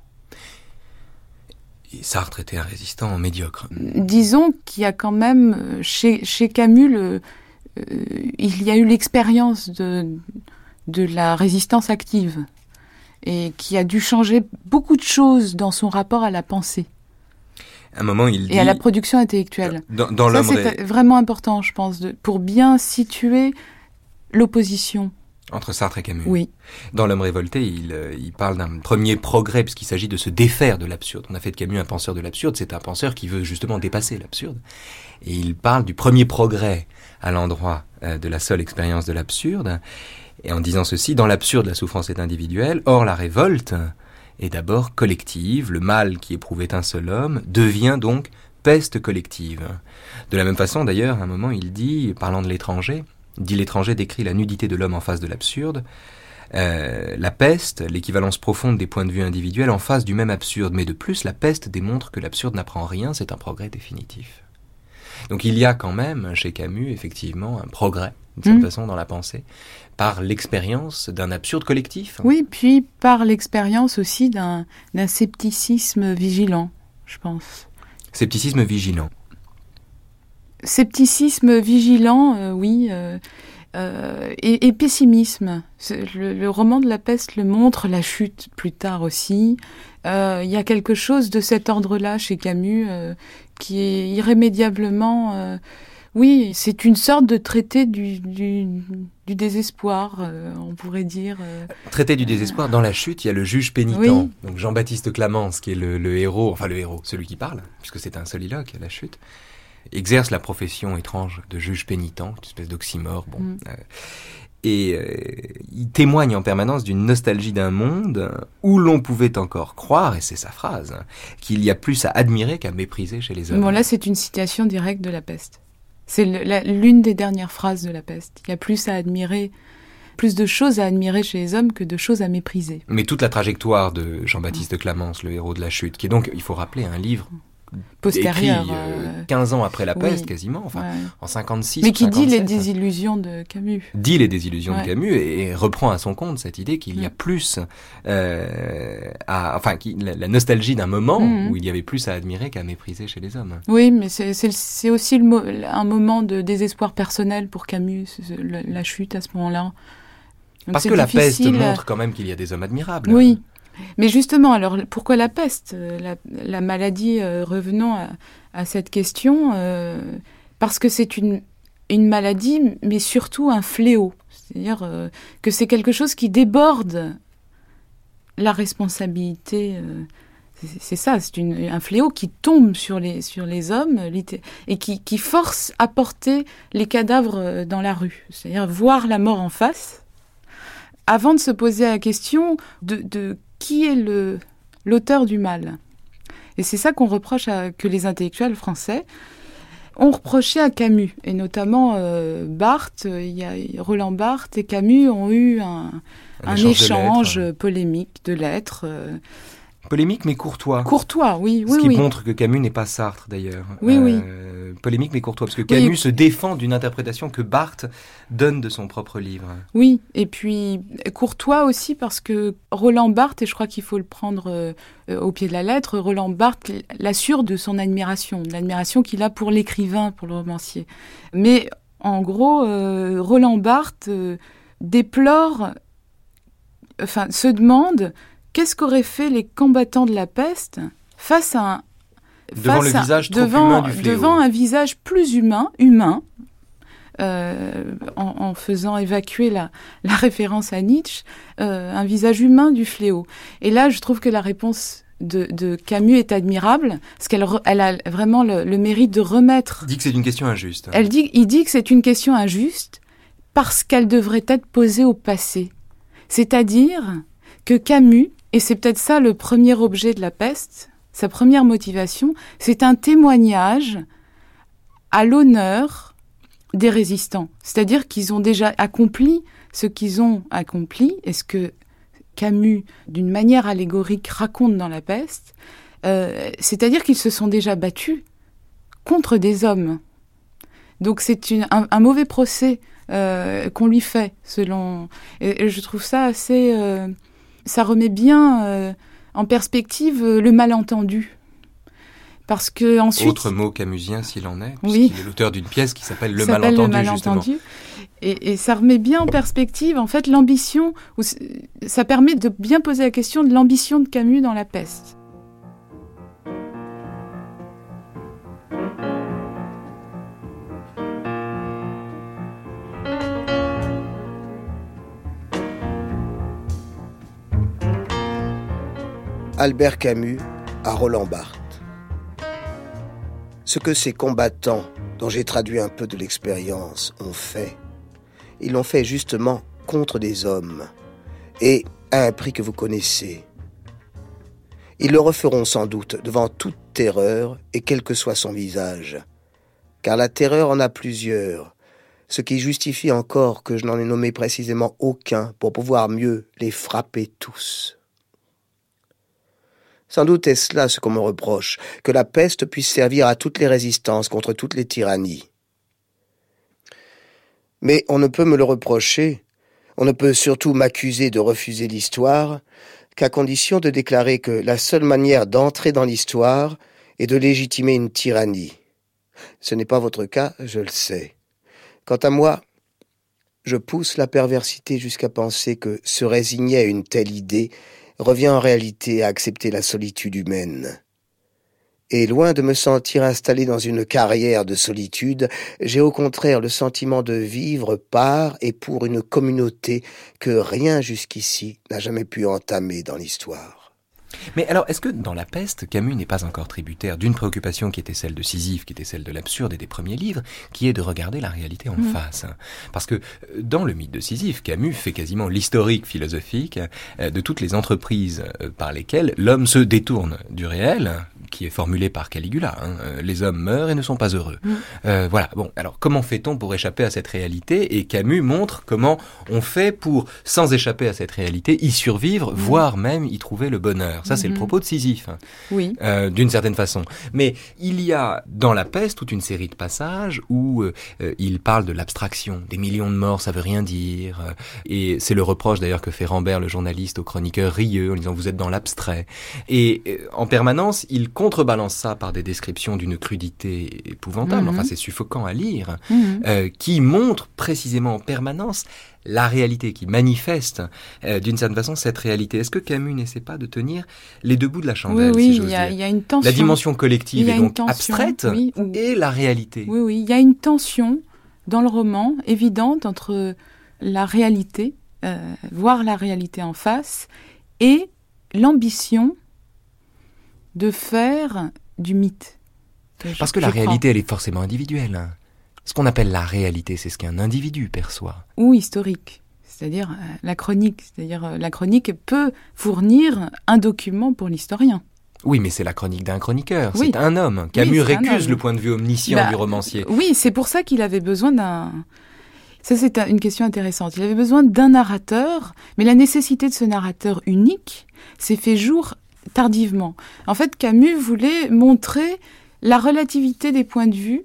Et Sartre était un résistant médiocre. Disons qu'il y a quand même, chez Camus, il y a eu l'expérience de la résistance active et qui a dû changer beaucoup de choses dans son rapport à la pensée. À un moment, il dit... Et à la production intellectuelle. Dans ça, c'est vraiment important, je pense, pour bien situer l'opposition. Entre Sartre et Camus. Oui. Dans L'homme révolté, il parle d'un premier progrès, puisqu'il s'agit de se défaire de l'absurde. On a fait de Camus un penseur de l'absurde, c'est un penseur qui veut justement dépasser l'absurde. Et il parle du premier progrès à l'endroit de la seule expérience de l'absurde, et en disant ceci, dans l'absurde, la souffrance est individuelle, or la révolte est d'abord collective, le mal qui éprouvait un seul homme devient donc peste collective. De la même façon, d'ailleurs, à un moment, il dit, parlant de l'étranger, l'étranger décrit la nudité de l'homme en face de l'absurde, la peste, l'équivalence profonde des points de vue individuels en face du même absurde, mais de plus, la peste démontre que l'absurde n'apprend rien, c'est un progrès définitif. Donc il y a quand même, chez Camus, effectivement, un progrès, d'une certaine façon, dans la pensée, par l'expérience d'un absurde collectif. Oui, puis par l'expérience aussi d'un scepticisme vigilant, je pense. Scepticisme vigilant. Scepticisme vigilant, oui, et pessimisme. Le roman de la peste le montre, la chute plus tard aussi. Il y a quelque chose de cet ordre-là chez Camus qui est irrémédiablement... oui, c'est une sorte de traité du désespoir, on pourrait dire. Traité du désespoir, dans la chute, il y a le juge pénitent, oui. Donc Jean-Baptiste Clamence, qui est le héros, celui qui parle, puisque c'est un soliloque, la chute, exerce la profession étrange de juge pénitent, une espèce d'oxymore, il témoigne en permanence d'une nostalgie d'un monde où l'on pouvait encore croire, et c'est sa phrase, qu'il y a plus à admirer qu'à mépriser chez les hommes. Bon, là, c'est une citation directe de La Peste. C'est l'une des dernières phrases de La Peste. Il y a plus de choses à admirer chez les hommes que de choses à mépriser. Mais toute la trajectoire de Jean-Baptiste Clamence, le héros de la chute, qui est donc, il faut rappeler, un livre postérieur, écrit 15 ans après la peste, quasiment, en 56. Mais qui 57, dit les désillusions de Camus. Dit les désillusions de Camus et reprend à son compte cette idée qu'il y a plus la nostalgie d'un moment où il y avait plus à admirer qu'à mépriser chez les hommes. Oui, mais c'est aussi un moment de désespoir personnel pour Camus, la chute à ce moment-là. Donc Parce c'est que la peste difficile. montre quand même qu'il y a des hommes admirables. Oui, mais justement, alors pourquoi la peste, la maladie, revenons à cette question, parce que c'est une maladie, mais surtout un fléau. C'est-à-dire que c'est quelque chose qui déborde la responsabilité. C'est ça, c'est un fléau qui tombe sur les hommes et qui force à porter les cadavres dans la rue. C'est-à-dire voir la mort en face, avant de se poser la question de qui est l'auteur du mal. Et c'est ça qu'on reproche que les intellectuels français ont reproché à Camus. Et notamment Barthes, Roland Barthes et Camus ont eu un échange polémique de lettres. Polémique mais courtois. Courtois, oui. Ce qui montre que Camus n'est pas Sartre d'ailleurs. Oui. Polémique mais courtois, parce que Camus se défend d'une interprétation que Barthes donne de son propre livre. Oui, et puis courtois aussi parce que Roland Barthes, et je crois qu'il faut le prendre au pied de la lettre, Roland Barthes l'assure de son admiration, de l'admiration qu'il a pour l'écrivain, pour le romancier. Mais en gros, Roland Barthes se demande qu'est-ce qu'auraient fait les combattants de la peste face à devant le visage trop humain du fléau. Devant un visage plus humain, en faisant évacuer la référence à Nietzsche, un visage humain du fléau. Et là, je trouve que la réponse de Camus est admirable, parce qu'elle a vraiment le mérite de remettre... Il dit que c'est une question injuste. Il dit que c'est une question injuste parce qu'elle devrait être posée au passé. C'est-à-dire que Camus, et c'est peut-être ça le premier objet de la peste, sa première motivation, c'est un témoignage à l'honneur des résistants. C'est-à-dire qu'ils ont déjà accompli ce qu'ils ont accompli, et ce que Camus, d'une manière allégorique, raconte dans La peste, c'est-à-dire qu'ils se sont déjà battus contre des hommes. Donc c'est un mauvais procès qu'on lui fait, selon... Et je trouve ça assez... ça remet bien en perspective le malentendu. Parce que ensuite... Autre mot camusien s'il en est, oui. puisqu'il est l'auteur d'une pièce qui s'appelle Le Malentendu, justement. Et ça remet bien en perspective, en fait, l'ambition... Ça permet de bien poser la question de l'ambition de Camus dans La peste. Albert Camus à Roland Barthes. Ce que ces combattants, dont j'ai traduit un peu de l'expérience, ont fait, ils l'ont fait justement contre des hommes, et à un prix que vous connaissez. Ils le referont sans doute devant toute terreur, et quel que soit son visage. Car la terreur en a plusieurs, ce qui justifie encore que je n'en ai nommé précisément aucun pour pouvoir mieux les frapper tous. Sans doute est-ce là ce qu'on me reproche, que la peste puisse servir à toutes les résistances contre toutes les tyrannies. Mais on ne peut me le reprocher, on ne peut surtout m'accuser de refuser l'histoire, qu'à condition de déclarer que la seule manière d'entrer dans l'histoire est de légitimer une tyrannie. Ce n'est pas votre cas, je le sais. Quant à moi, je pousse la perversité jusqu'à penser que se résigner à une telle idée revient en réalité à accepter la solitude humaine. Et loin de me sentir installé dans une carrière de solitude, j'ai au contraire le sentiment de vivre par et pour une communauté que rien jusqu'ici n'a jamais pu entamer dans l'histoire. Mais alors, est-ce que dans La peste, Camus n'est pas encore tributaire d'une préoccupation qui était celle de Sisyphe, qui était celle de l'absurde et des premiers livres, qui est de regarder la réalité en face? Parce que dans le mythe de Sisyphe, Camus fait quasiment l'historique philosophique de toutes les entreprises par lesquelles l'homme se détourne du réel, qui est formulé par Caligula. Les hommes meurent et ne sont pas heureux. Voilà. Bon, alors comment fait-on pour échapper à cette réalité? Et Camus montre comment on fait pour, sans échapper à cette réalité, y survivre, voire même y trouver le bonheur. Ça, c'est le propos de Sisyphe, oui. D'une certaine façon. Mais il y a dans La peste toute une série de passages où il parle de l'abstraction. Des millions de morts, ça veut rien dire. Et c'est le reproche d'ailleurs que fait Rambert, le journaliste, au chroniqueur rieux, en disant « vous êtes dans l'abstrait ». Et en permanence, il contrebalance ça par des descriptions d'une crudité épouvantable. Enfin, c'est suffocant à lire, qui montrent précisément en permanence la réalité, qui manifeste d'une certaine façon cette réalité. Est-ce que Camus n'essaie pas de tenir les deux bouts de la chandelle, oui, si j'ose dire? Il y a une tension. La dimension collective est donc tension, abstraite et la réalité. Oui, il y a une tension dans le roman évidente entre la réalité, voir la réalité en face, et l'ambition de faire du mythe. Parce que la réalité, elle est forcément individuelle. Ce qu'on appelle la réalité, c'est ce qu'un individu perçoit. Ou historique, c'est-à-dire la chronique. C'est-à-dire la chronique peut fournir un document pour l'historien. Oui, mais c'est la chronique d'un chroniqueur, oui. c'est un homme. Camus récuse le point de vue omniscient du romancier. Oui, c'est pour ça qu'il avait besoin d'un... Ça, c'est une question intéressante. Il avait besoin d'un narrateur, mais la nécessité de ce narrateur unique s'est fait jour tardivement. En fait, Camus voulait montrer la relativité des points de vue,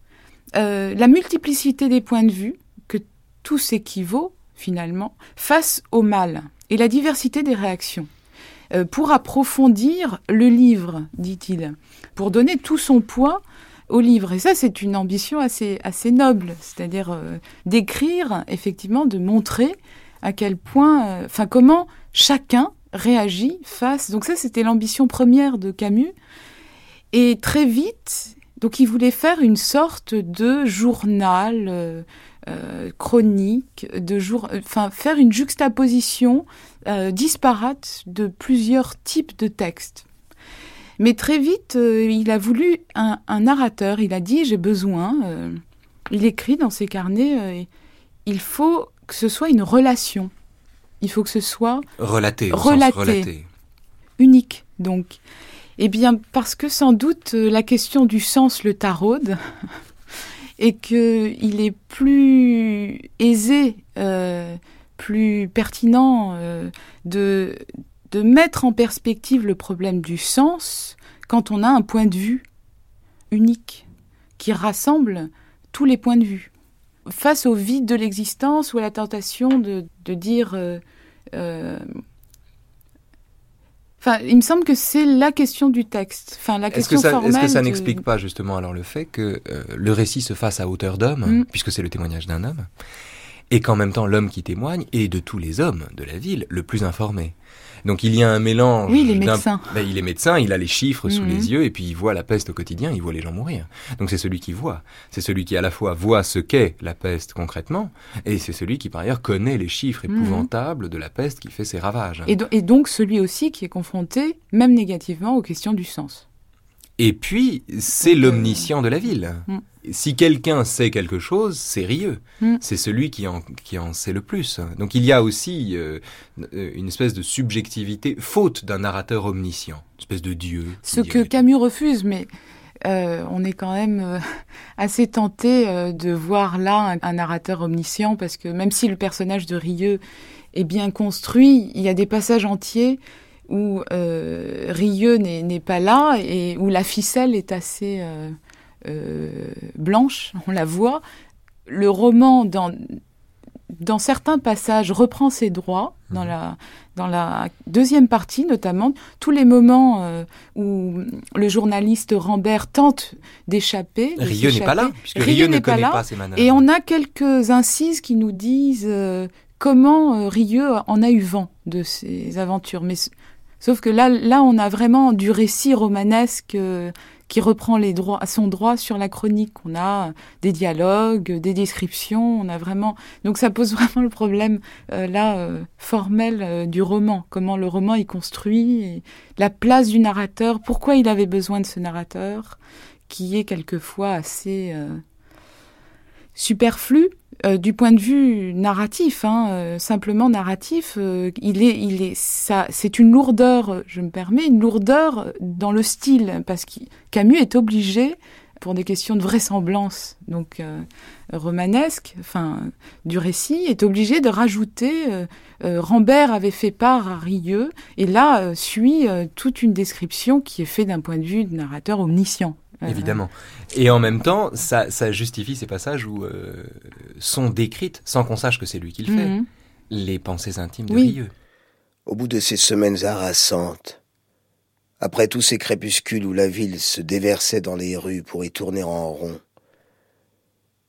la multiplicité des points de vue, que tout s'équivaut, finalement, face au mal, et la diversité des réactions. Pour approfondir le livre, dit-il, pour donner tout son poids au livre. Et ça, c'est une ambition assez noble, c'est-à-dire d'écrire, effectivement, de montrer à quel point, comment chacun réagit face... Donc ça, c'était l'ambition première de Camus. Et très vite, donc il voulait faire une sorte de journal chronique, faire une juxtaposition disparate de plusieurs types de textes. Mais très vite, il a voulu un narrateur. Il a dit, j'ai besoin, il écrit dans ses carnets, il faut que ce soit une relation. Il faut que ce soit relaté. Unique, donc. Eh bien, parce que sans doute, la question du sens le taraude, et qu'il est plus aisé, plus pertinent de mettre en perspective le problème du sens quand on a un point de vue unique qui rassemble tous les points de vue. Face au vide de l'existence ou à la tentation de dire... il me semble que c'est la question du texte. La question formelle. Est-ce que ça n'explique pas justement alors le fait que le récit se fasse à hauteur d'homme, puisque c'est le témoignage d'un homme, et qu'en même temps l'homme qui témoigne est de tous les hommes de la ville le plus informé. Donc il y a un mélange. Oui, il est médecin. Il est médecin, il a les chiffres sous les yeux, et puis il voit la peste au quotidien, il voit les gens mourir. Donc c'est celui qui voit. C'est celui qui à la fois voit ce qu'est la peste concrètement, et c'est celui qui par ailleurs connaît les chiffres épouvantables de la peste qui fait ses ravages. Et donc celui aussi qui est confronté, même négativement, aux questions du sens. Et puis, c'est l'omniscient de la ville. Si quelqu'un sait quelque chose, c'est Rieux. C'est celui qui en sait le plus. Donc il y a aussi une espèce de subjectivité, faute d'un narrateur omniscient, une espèce de dieu. Ce que Camus refuse, mais on est quand même assez tenté de voir là un narrateur omniscient, parce que même si le personnage de Rieux est bien construit, il y a des passages entiers où Rieux n'est pas là et où la ficelle est assez blanche, on la voit. Le roman, dans certains passages, reprend ses droits, dans la deuxième partie notamment, tous les moments où le journaliste Rambert tente d'échapper. Rieux n'est pas là, puisque Rieux ne connaît pas ses manœuvres. Et on a quelques incises qui nous disent comment Rieux en a eu vent de ses aventures. Mais sauf que là, on a vraiment du récit romanesque qui reprend son droit sur la chronique. On a des dialogues, des descriptions, on a vraiment... Donc ça pose vraiment le problème, formel du roman. Comment le roman est construit, et la place du narrateur, pourquoi il avait besoin de ce narrateur, qui est quelquefois assez superflu. Du point de vue narratif, simplement narratif, c'est une lourdeur, je me permets, une lourdeur dans le style, parce que Camus est obligé, pour des questions de vraisemblance, donc romanesque, du récit, est obligé de rajouter. Rambert avait fait part à Rieux, et là suit toute une description qui est faite d'un point de vue de narrateur omniscient. Évidemment. Et en même temps, ça justifie ces passages où sont décrites, sans qu'on sache que c'est lui qui le fait, les pensées intimes de Rieux. Au bout de ces semaines harassantes, après tous ces crépuscules où la ville se déversait dans les rues pour y tourner en rond,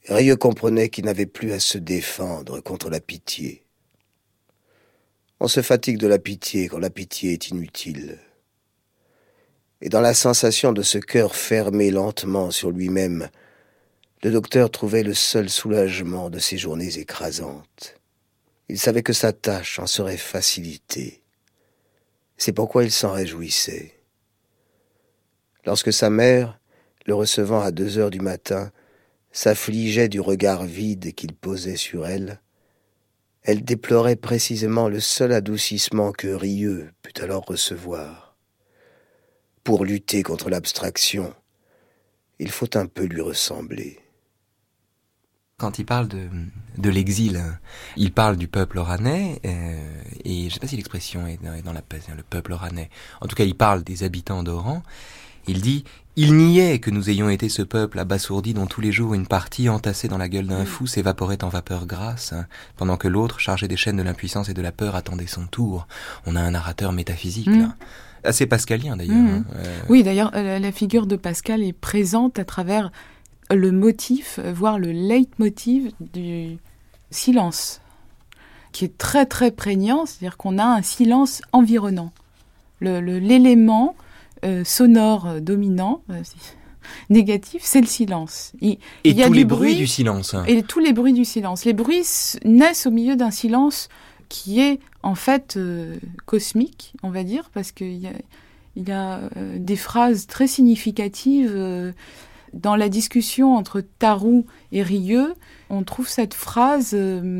Rieux comprenait qu'il n'avait plus à se défendre contre la pitié. On se fatigue de la pitié quand la pitié est inutile. Et dans la sensation de ce cœur fermé lentement sur lui-même, le docteur trouvait le seul soulagement de ces journées écrasantes. Il savait que sa tâche en serait facilitée. C'est pourquoi il s'en réjouissait. Lorsque sa mère, le recevant à 2 heures du matin, s'affligeait du regard vide qu'il posait sur elle, elle déplorait précisément le seul adoucissement que Rieux put alors recevoir. Pour lutter contre l'abstraction, il faut un peu lui ressembler. Quand il parle de l'exil, il parle du peuple oranais, et je ne sais pas si l'expression est dans la peste, le peuple oranais. En tout cas, il parle des habitants d'Oran. Il dit « Il niait que nous ayons été ce peuple abasourdi dont tous les jours une partie, entassée dans la gueule d'un fou, s'évaporait en vapeur grasse, pendant que l'autre, chargé des chaînes de l'impuissance et de la peur, attendait son tour. » On a un narrateur métaphysique, là. Assez pascalien, d'ailleurs. Oui, d'ailleurs, la figure de Pascal est présente à travers le motif, voire le leitmotiv du silence, qui est très, très prégnant, c'est-à-dire qu'on a un silence environnant. L'élément sonore dominant, négatif, c'est le silence. Il y a tous du les bruits du silence. Et tous les bruits du silence. Les bruits naissent au milieu d'un silence qui est en fait cosmique, on va dire, parce qu'il y a des phrases très significatives dans la discussion entre Tarou et Rieux. On trouve cette phrase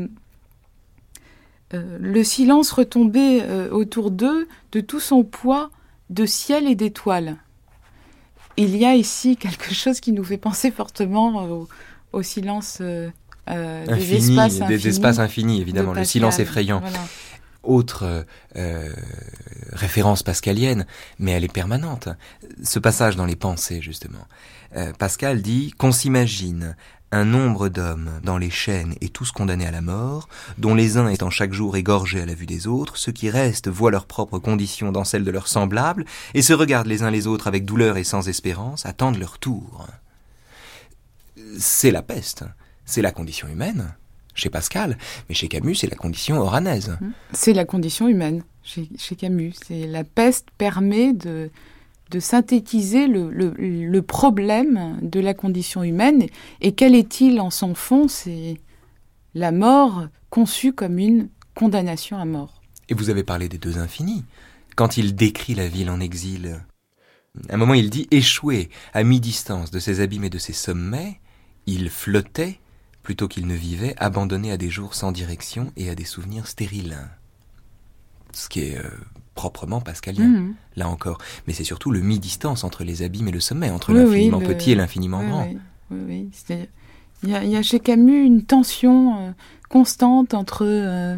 le silence retombait autour d'eux de tout son poids de ciel et d'étoiles. Il y a ici quelque chose qui nous fait penser fortement au silence des espaces infinis, évidemment, le silence effrayant. Voilà. Autre référence pascalienne, mais elle est permanente. Ce passage dans les pensées, justement. Pascal dit qu'on s'imagine un nombre d'hommes dans les chaînes et tous condamnés à la mort, dont les uns étant chaque jour égorgés à la vue des autres, ceux qui restent voient leurs propres conditions dans celles de leurs semblables, et se regardent les uns les autres avec douleur et sans espérance, attendent leur tour. C'est la peste, c'est la condition humaine, chez Pascal, mais chez Camus, c'est la condition oranaise. C'est la condition humaine, chez Camus. La peste permet de synthétiser le problème de la condition humaine. Et quel est-il en son fond ? C'est la mort conçue comme une condamnation à mort. Et vous avez parlé des deux infinis. Quand il décrit la ville en exil, à un moment il dit « Échoué à mi-distance de ses abîmes et de ses sommets, il flottait plutôt qu'il ne vivait, abandonné à des jours sans direction et à des souvenirs stériles. » Ce qui est proprement pascalien, là encore. Mais c'est surtout le mi-distance entre les abîmes et le sommet, entre l'infiniment petit et l'infiniment grand. Oui. Il y a chez Camus une tension constante entre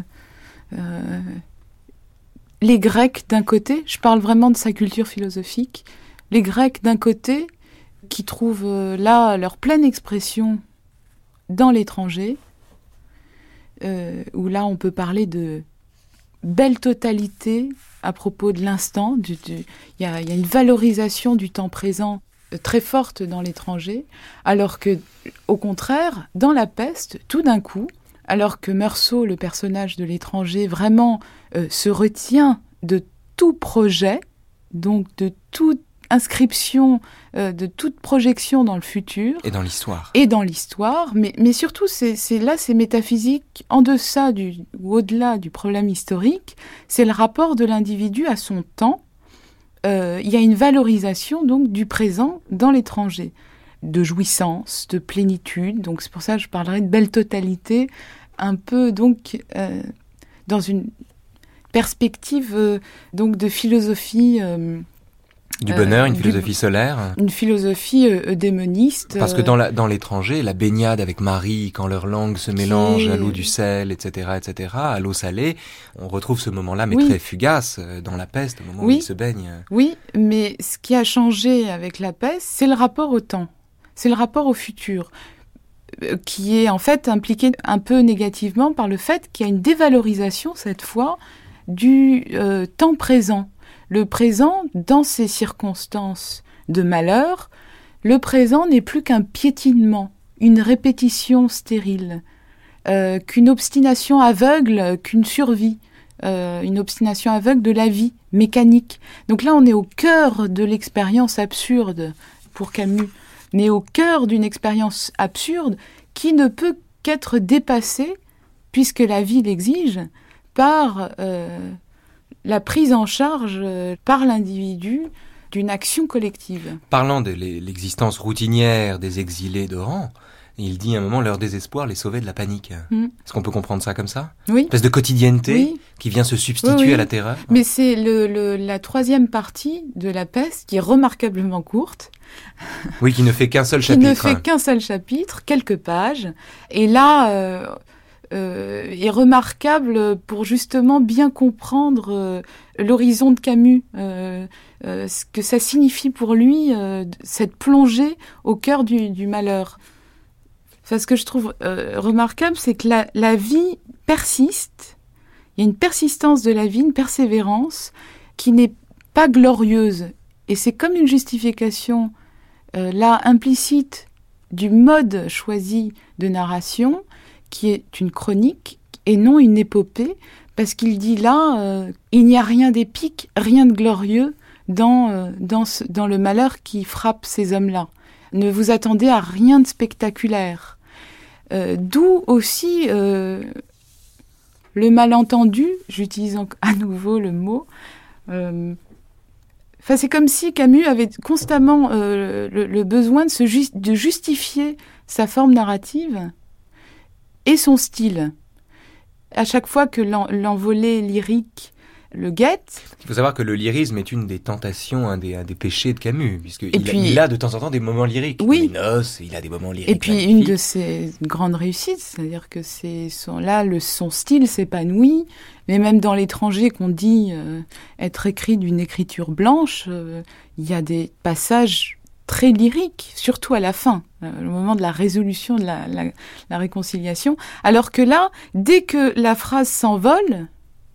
les Grecs d'un côté, je parle vraiment de sa culture philosophique, les Grecs d'un côté, qui trouvent là leur pleine expression dans l'étranger, où là on peut parler de belle totalité à propos de l'instant. Il y a une valorisation du temps présent très forte dans l'étranger, alors que, au contraire, dans La Peste, tout d'un coup, alors que Meursault, le personnage de l'étranger, vraiment se retient de tout projet, donc de toute inscription, de toute projection dans le futur. Et dans l'histoire. Mais surtout, c'est métaphysique, en deçà ou au-delà du problème historique, c'est le rapport de l'individu à son temps. Il y a une valorisation donc du présent dans l'étranger, de jouissance, de plénitude. Donc c'est pour ça que je parlerai de belle totalité, un peu donc dans une perspective donc de philosophie. Du bonheur, une philosophie solaire. Une philosophie eudémoniste. Parce que dans l'étranger, la baignade avec Marie, quand leur langue se mélange à l'eau du sel, etc., à l'eau salée, on retrouve ce moment-là, mais très fugace, dans La Peste, au moment où ils se baignent. Oui, mais ce qui a changé avec La Peste, c'est le rapport au temps, c'est le rapport au futur, qui est en fait impliqué un peu négativement par le fait qu'il y a une dévalorisation, cette fois, du temps présent. Le présent, dans ces circonstances de malheur, le présent n'est plus qu'un piétinement une répétition stérile, qu'une obstination aveugle, qu'une survie, une obstination aveugle de la vie mécanique. Donc là, on est au cœur de l'expérience absurde pour Camus. On est au cœur d'une expérience absurde qui ne peut qu'être dépassée, puisque la vie l'exige, par la prise en charge par l'individu d'une action collective. Parlant de l'existence routinière des exilés d'Oran, il dit à un moment, leur désespoir les sauvait de la panique. Est-ce qu'on peut comprendre ça comme ça ? Oui. Une espèce de quotidienneté qui vient se substituer à la terreur. Mais c'est la troisième partie de La Peste qui est remarquablement courte. Oui, qui ne fait qu'un seul chapitre. Qui ne fait qu'un seul chapitre, quelques pages. Et là, est remarquable pour justement bien comprendre l'horizon de Camus, ce que ça signifie pour lui, cette plongée au cœur du malheur. Enfin, ce que je trouve remarquable, c'est que la vie persiste. Il y a une persistance de la vie, une persévérance qui n'est pas glorieuse. Et c'est comme une justification, là, implicite du mode choisi de narration, qui est une chronique et non une épopée, parce qu'il dit là, il n'y a rien d'épique, rien de glorieux dans le malheur qui frappe ces hommes-là. Ne vous attendez à rien de spectaculaire. D'où aussi le malentendu, j'utilise à nouveau le mot. C'est comme si Camus avait constamment le besoin de justifier sa forme narrative et son style. À chaque fois que l'envolée lyrique le guette. Il faut savoir que le lyrisme est une des tentations, un des péchés de Camus, puisqu'il a de temps en temps des moments lyriques. Oui. Dans les noces, il a des moments lyriques. Et puis une de ses grandes réussites, c'est-à-dire que son style s'épanouit, mais même dans l'étranger qu'on dit être écrit d'une écriture blanche, il y a des passages très lyriques, surtout à la fin, le moment de la résolution de la réconciliation, alors que là, dès que la phrase s'envole,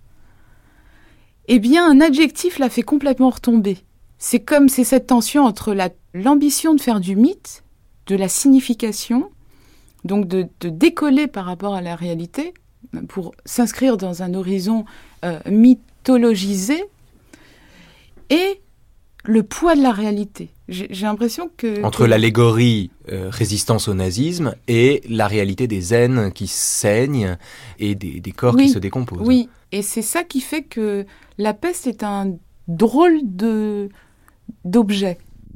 eh bien, un adjectif la fait complètement retomber. C'est cette tension entre l'ambition de faire du mythe, de la signification, donc de décoller par rapport à la réalité, pour s'inscrire dans un horizon mythologisé, et le poids de la réalité. J'ai l'impression que... Entre l'allégorie résistance au nazisme et la réalité des haines qui saignent et des corps qui se décomposent. Oui, et c'est ça qui fait que La Peste est un drôle d'objet.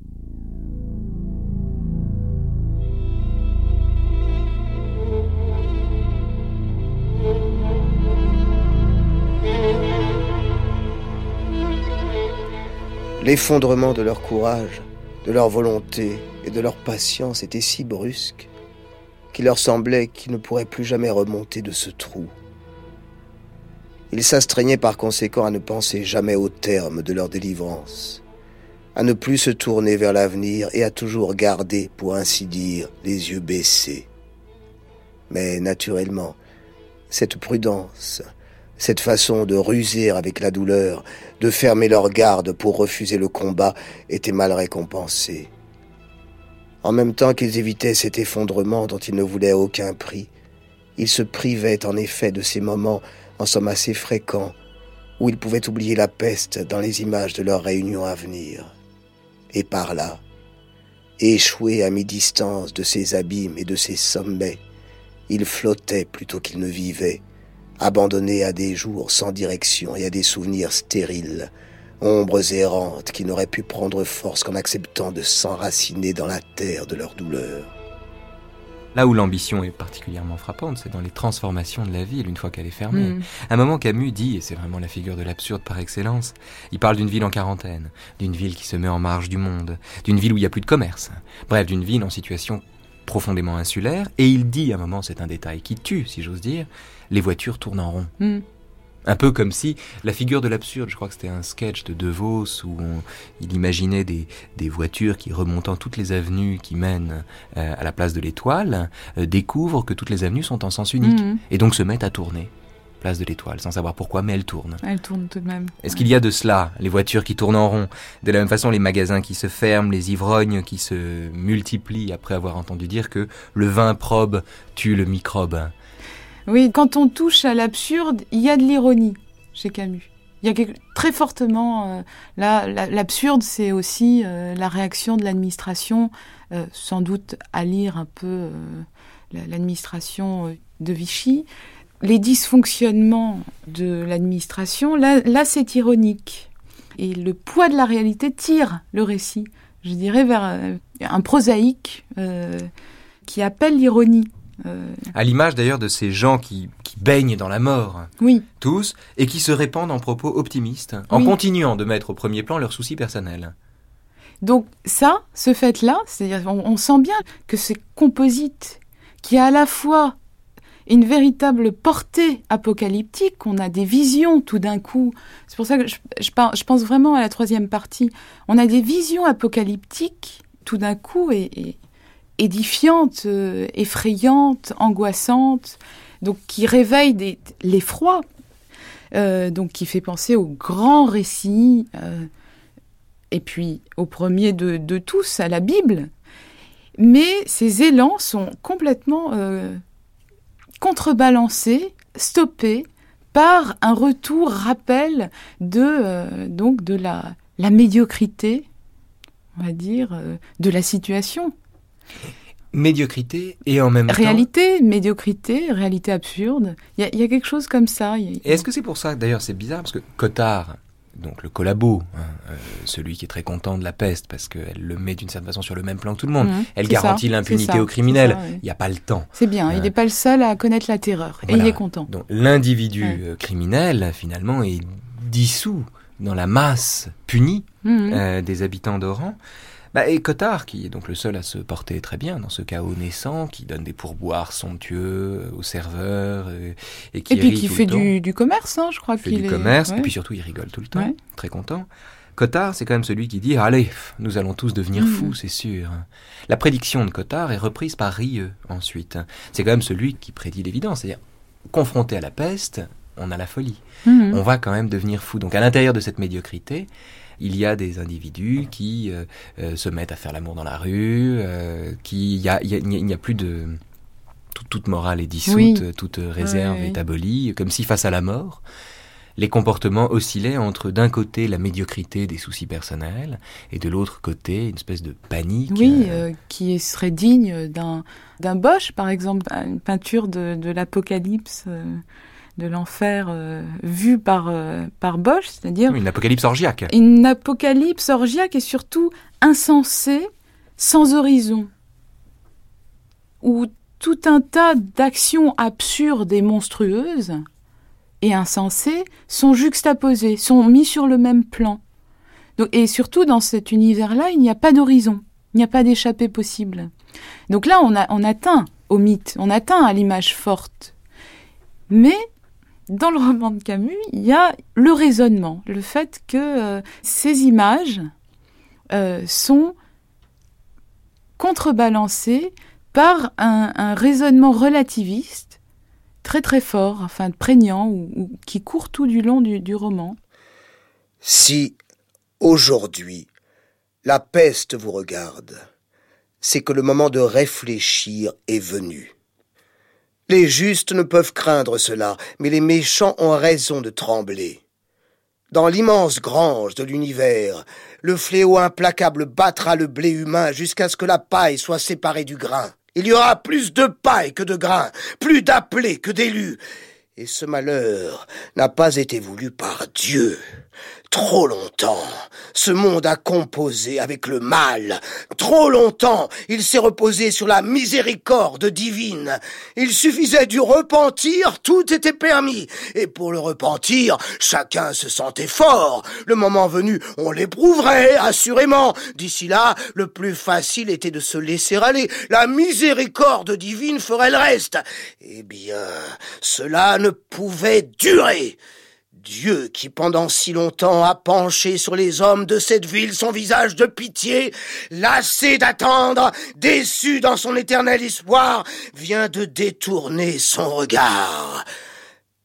L'effondrement de leur courage, de leur volonté et de leur patience était si brusque qu'il leur semblait qu'ils ne pourraient plus jamais remonter de ce trou. Ils s'astreignaient par conséquent à ne penser jamais au terme de leur délivrance, à ne plus se tourner vers l'avenir et à toujours garder, pour ainsi dire, les yeux baissés. Mais naturellement, cette prudence, cette façon de ruser avec la douleur, de fermer leur garde pour refuser le combat, était mal récompensée. En même temps qu'ils évitaient cet effondrement dont ils ne voulaient à aucun prix, ils se privaient en effet de ces moments, en somme assez fréquents, où ils pouvaient oublier la peste dans les images de leur réunion à venir. Et par là, échoués à mi-distance de ces abîmes et de ces sommets, ils flottaient plutôt qu'ils ne vivaient, abandonnés à des jours sans direction et à des souvenirs stériles, ombres errantes qui n'auraient pu prendre force qu'en acceptant de s'enraciner dans la terre de leur douleur. Là où l'ambition est particulièrement frappante, c'est dans les transformations de la ville une fois qu'elle est fermée. À un moment, Camus dit, et c'est vraiment la figure de l'absurde par excellence, il parle d'une ville en quarantaine, d'une ville qui se met en marge du monde, d'une ville où il n'y a plus de commerce, bref, d'une ville en situation profondément insulaire, et il dit à un moment, c'est un détail qui tue, si j'ose dire, les voitures tournent en rond. Un peu comme si la figure de l'absurde, je crois que c'était un sketch de De Vos où il imaginait des voitures qui, remontant toutes les avenues qui mènent à la place de l'Étoile, découvrent que toutes les avenues sont en sens unique et donc se mettent à tourner. place de l'Étoile, sans savoir pourquoi, mais elle tourne. Elle tourne tout de même. Est-ce qu'il y a de cela, les voitures qui tournent en rond, de la même façon les magasins qui se ferment, les ivrognes qui se multiplient après avoir entendu dire que le vin probe tue le microbe? Oui, quand on touche à l'absurde, il y a de l'ironie chez Camus. Il y a très fortement... l'absurde, c'est aussi la réaction de l'administration, sans doute à lire un peu l'administration de Vichy. Les dysfonctionnements de l'administration, là c'est ironique. Et le poids de la réalité tire le récit, je dirais, vers un prosaïque qui appelle l'ironie. À l'image d'ailleurs de ces gens qui baignent dans la mort, oui. Tous, et qui se répandent en propos optimistes, en continuant de mettre au premier plan leurs soucis personnels. Donc ça, ce fait-là, c'est-à-dire on sent bien que c'est composite, qui a à la fois une véritable portée apocalyptique, on a des visions tout d'un coup. C'est pour ça que je pense vraiment à la troisième partie. On a des visions apocalyptiques tout d'un coup et édifiantes, effrayantes, angoissantes, donc qui réveillent l'effroi, donc qui fait penser au grand récit, et puis au premier de tous, à la Bible. Mais ces élans sont complètement contrebalancés, stoppés par un retour, rappel de la médiocrité, on va dire, de la situation. Médiocrité et en même réalité, médiocrité, réalité absurde. Il y a quelque chose comme ça. Et est-ce que c'est pour ça, d'ailleurs, c'est bizarre, parce que Cottard, donc le collabo, celui qui est très content de la peste, parce qu'elle le met d'une certaine façon sur le même plan que tout le monde, elle garantit l'impunité aux criminels. Il n'y a pas le temps. C'est bien, il n'est pas le seul à connaître la terreur, et il est content. Donc l'individu criminel, finalement, est dissous dans la masse punie des habitants d'Oran. Et Cottard, qui est donc le seul à se porter très bien dans ce chaos naissant, qui donne des pourboires somptueux aux serveurs et qui puis qui fait du commerce, je crois qu'il fait du commerce, et puis surtout il rigole tout le temps, très content. Cottard, c'est quand même celui qui dit « Allez, nous allons tous devenir fous, c'est sûr ». La prédiction de Cottard est reprise par Rieux ensuite. C'est quand même celui qui prédit l'évidence, c'est-à-dire confronté à la peste, on a la folie. On va quand même devenir fou. Donc à l'intérieur de cette médiocrité, il y a des individus qui se mettent à faire l'amour dans la rue, il n'y a plus de... Toute morale est dissoute, toute réserve est abolie, comme si face à la mort, les comportements oscillaient entre d'un côté la médiocrité des soucis personnels et de l'autre côté une espèce de panique. Oui, qui serait digne d'un Bosch, par exemple, une peinture de l'Apocalypse... de l'enfer vu par Bosch, c'est-à-dire... Une apocalypse orgiaque. Une apocalypse orgiaque et surtout insensée, sans horizon. Où tout un tas d'actions absurdes et monstrueuses et insensées sont juxtaposées, sont mis sur le même plan. Donc, et surtout, dans cet univers-là, il n'y a pas d'horizon, il n'y a pas d'échappée possible. Donc là, on atteint au mythe, on atteint à l'image forte. Mais... dans le roman de Camus, il y a le raisonnement, le fait que ces images sont contrebalancées par un raisonnement relativiste très très fort, enfin prégnant, ou qui court tout du long du roman. Si, aujourd'hui, la peste vous regarde, c'est que le moment de réfléchir est venu. Les justes ne peuvent craindre cela, mais les méchants ont raison de trembler. Dans l'immense grange de l'univers, le fléau implacable battra le blé humain jusqu'à ce que la paille soit séparée du grain. Il y aura plus de paille que de grain, plus d'appelés que d'élus. Et ce malheur n'a pas été voulu par Dieu. Trop longtemps, ce monde a composé avec le mal. Trop longtemps, il s'est reposé sur la miséricorde divine. Il suffisait du repentir, tout était permis. Et pour le repentir, chacun se sentait fort. Le moment venu, on l'éprouverait, assurément. D'ici là, le plus facile était de se laisser aller. La miséricorde divine ferait le reste. Eh bien, cela ne pouvait durer. Dieu qui pendant si longtemps a penché sur les hommes de cette ville son visage de pitié, lassé d'attendre, déçu dans son éternel espoir, vient de détourner son regard.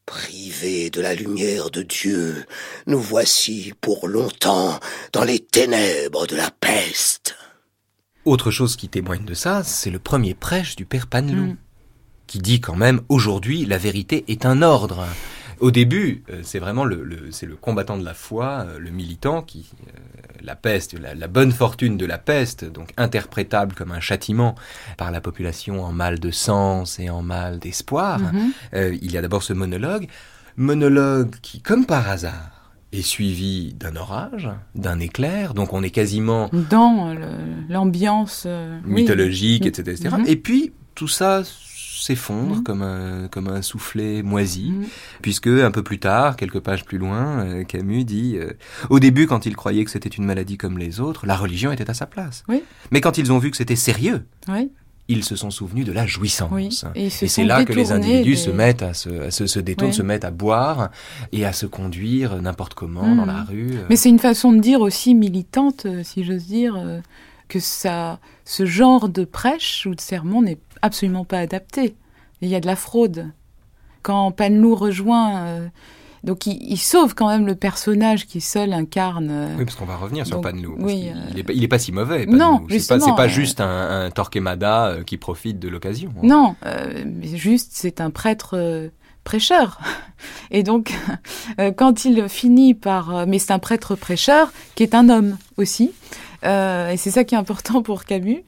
Privés de la lumière de Dieu, nous voici pour longtemps dans les ténèbres de la peste. Autre chose qui témoigne de ça, c'est le premier prêche du père Paneloux, qui dit quand même, aujourd'hui, la vérité est un ordre. Au début, c'est vraiment c'est le combattant de la foi, le militant, qui la peste, la bonne fortune de la peste, donc interprétable comme un châtiment par la population en mal de sens et en mal d'espoir. Il y a d'abord ce monologue qui, comme par hasard, est suivi d'un orage, d'un éclair, donc on est quasiment dans l'ambiance mythologique, etc. Et puis tout ça s'effondre comme un soufflet moisi, puisque un peu plus tard, quelques pages plus loin, Camus dit au début, quand ils croyaient que c'était une maladie comme les autres, la religion était à sa place. Mais quand ils ont vu que c'était sérieux, ils se sont souvenus de la jouissance. Et c'est là que les individus se mettent à se détournent, se mettent à boire et à se conduire n'importe comment dans la rue. Mais c'est une façon de dire aussi militante, si j'ose dire, que ce genre de prêche ou de sermon n'est absolument pas adapté. Il y a de la fraude. Quand Paneloux rejoint... donc il sauve quand même le personnage qui seul incarne... Oui, parce qu'on va revenir sur Paneloux. Oui, il est pas si mauvais, Paneloux. Non, justement. C'est pas juste un Torquemada qui profite de l'occasion. Non, mais juste c'est un prêtre... prêcheur. Et donc, quand il finit par... mais c'est un prêtre prêcheur qui est un homme aussi. Et c'est ça qui est important pour Camus.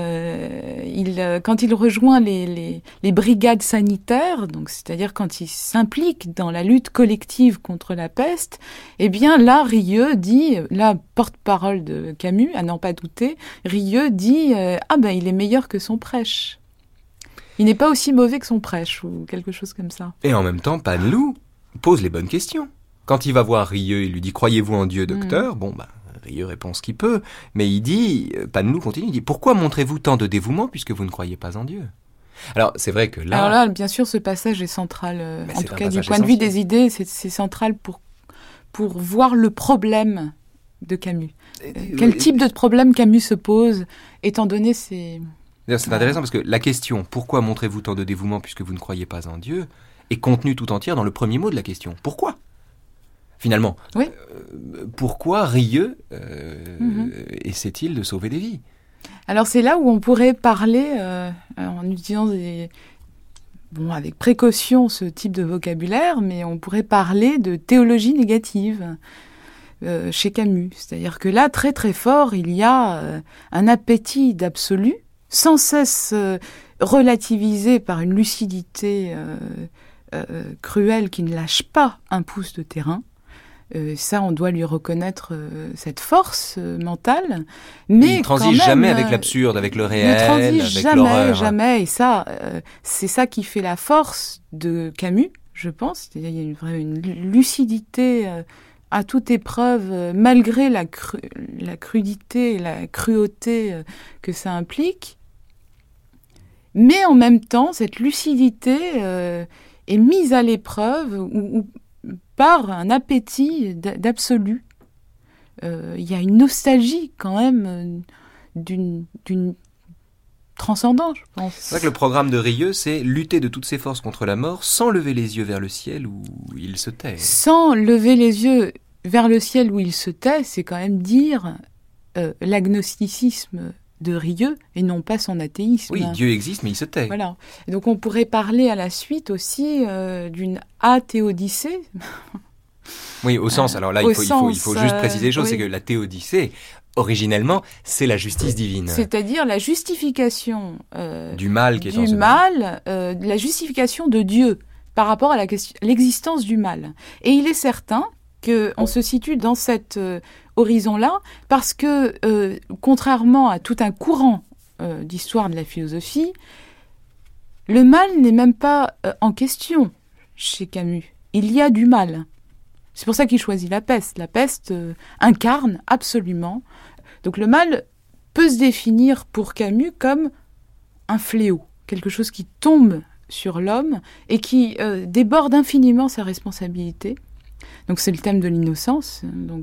Quand il rejoint les brigades sanitaires, donc c'est-à-dire quand il s'implique dans la lutte collective contre la peste, eh bien là, Rieu dit, la porte-parole de Camus, à n'en pas douter, Rieu dit il est meilleur que son prêche. Il n'est pas aussi mauvais que son prêche, ou quelque chose comme ça. Et en même temps, Paneloux pose les bonnes questions. Quand il va voir Rieu, il lui dit « Croyez-vous en Dieu, docteur ?» Rieu répond ce qu'il peut, mais Paneloux continue, il dit « Pourquoi montrez-vous tant de dévouement puisque vous ne croyez pas en Dieu ?» Alors, c'est vrai que là... Alors là, bien sûr, ce passage est central. En tout cas, du point de vue des idées, c'est central pour voir le problème de Camus. Quel type de problème Camus se pose, étant donné ses... C'est intéressant parce que la question « Pourquoi montrez-vous tant de dévouement puisque vous ne croyez pas en Dieu ?» est contenue tout entière dans le premier mot de la question. Pourquoi ? Finalement, pourquoi Rieu essaie-t-il de sauver des vies ? Alors c'est là où on pourrait parler, en utilisant avec précaution ce type de vocabulaire, mais on pourrait parler de théologie négative chez Camus. C'est-à-dire que là, très très fort, il y a un appétit d'absolu, sans cesse relativisé par une lucidité cruelle qui ne lâche pas un pouce de terrain. Ça, on doit lui reconnaître cette force mentale. Mais il ne transige jamais avec l'absurde, avec le réel, il ne transige avec l'horreur. Jamais. Et ça, c'est ça qui fait la force de Camus, je pense. Il y a une lucidité à toute épreuve, malgré la crudité et la cruauté que ça implique. Mais en même temps, cette lucidité est mise à l'épreuve ou par un appétit d'absolu. Il y a une nostalgie quand même d'une transcendance, je pense. C'est vrai que le programme de Rieu, c'est lutter de toutes ses forces contre la mort sans lever les yeux vers le ciel où il se tait. Sans lever les yeux vers le ciel où il se tait, c'est quand même dire l'agnosticisme de Rieu et non pas son athéisme. Oui, Dieu existe, mais il se tait. Voilà. Et donc on pourrait parler à la suite aussi d'une athéodyssée. Oui, au sens. Alors là, il faut juste préciser les choses, c'est que la théodyssée, originellement, c'est la justice divine. C'est-à-dire la justification du mal qui est en ce mal, la justification de Dieu par rapport à l'existence du mal. Et il est certain qu'on se situe dans cet horizon-là parce que, contrairement à tout un courant d'histoire de la philosophie, le mal n'est même pas en question chez Camus. Il y a du mal. C'est pour ça qu'il choisit la peste. La peste incarne absolument. Donc le mal peut se définir pour Camus comme un fléau, quelque chose qui tombe sur l'homme et qui déborde infiniment sa responsabilité. Donc c'est le thème de l'innocence.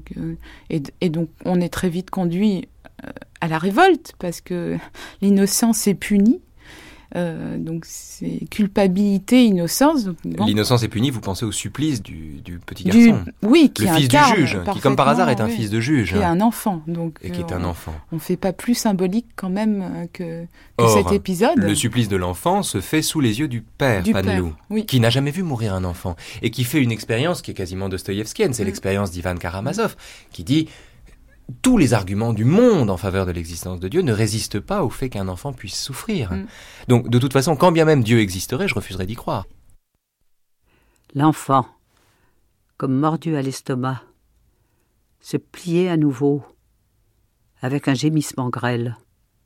Et donc on est très vite conduit à la révolte parce que l'innocence est punie. Donc c'est culpabilité, innocence. Donc, bon. L'innocence est punie, vous pensez au supplice du petit garçon. Oui, qui le fils du incarne juge, qui comme par hasard est un fils de juge. Qui est un enfant. Donc, et qui est un enfant. On ne fait pas plus symbolique quand même que Or, cet épisode. Le supplice de l'enfant se fait sous les yeux du père, Panlou, oui. qui n'a jamais vu mourir un enfant, et qui fait une expérience qui est quasiment dostoïevskienne, c'est l'expérience d'Ivan Karamazov, qui dit... Tous les arguments du monde en faveur de l'existence de Dieu ne résistent pas au fait qu'un enfant puisse souffrir. Donc, de toute façon, quand bien même Dieu existerait, je refuserais d'y croire. L'enfant, comme mordu à l'estomac, se pliait à nouveau, avec un gémissement grêle.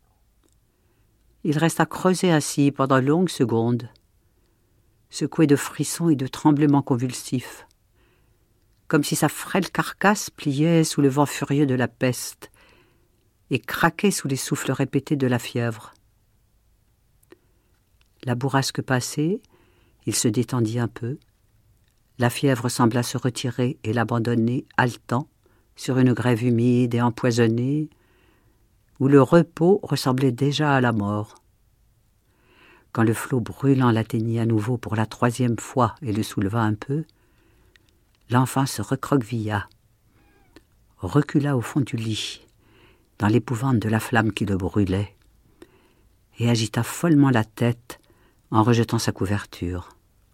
Il resta creusé assis pendant de longues secondes, secoué de frissons et de tremblements convulsifs, comme si sa frêle carcasse pliait sous le vent furieux de la peste et craquait sous les souffles répétés de la fièvre. La bourrasque passée, il se détendit un peu. La fièvre sembla se retirer et l'abandonner, haletant, sur une grève humide et empoisonnée, où le repos ressemblait déjà à la mort. Quand le flot brûlant l'atteignit à nouveau pour la 3e fois et le souleva un peu, l'enfant se recroquevilla, recula au fond du lit, dans l'épouvante de la flamme qui le brûlait, et agita follement la tête en rejetant sa couverture.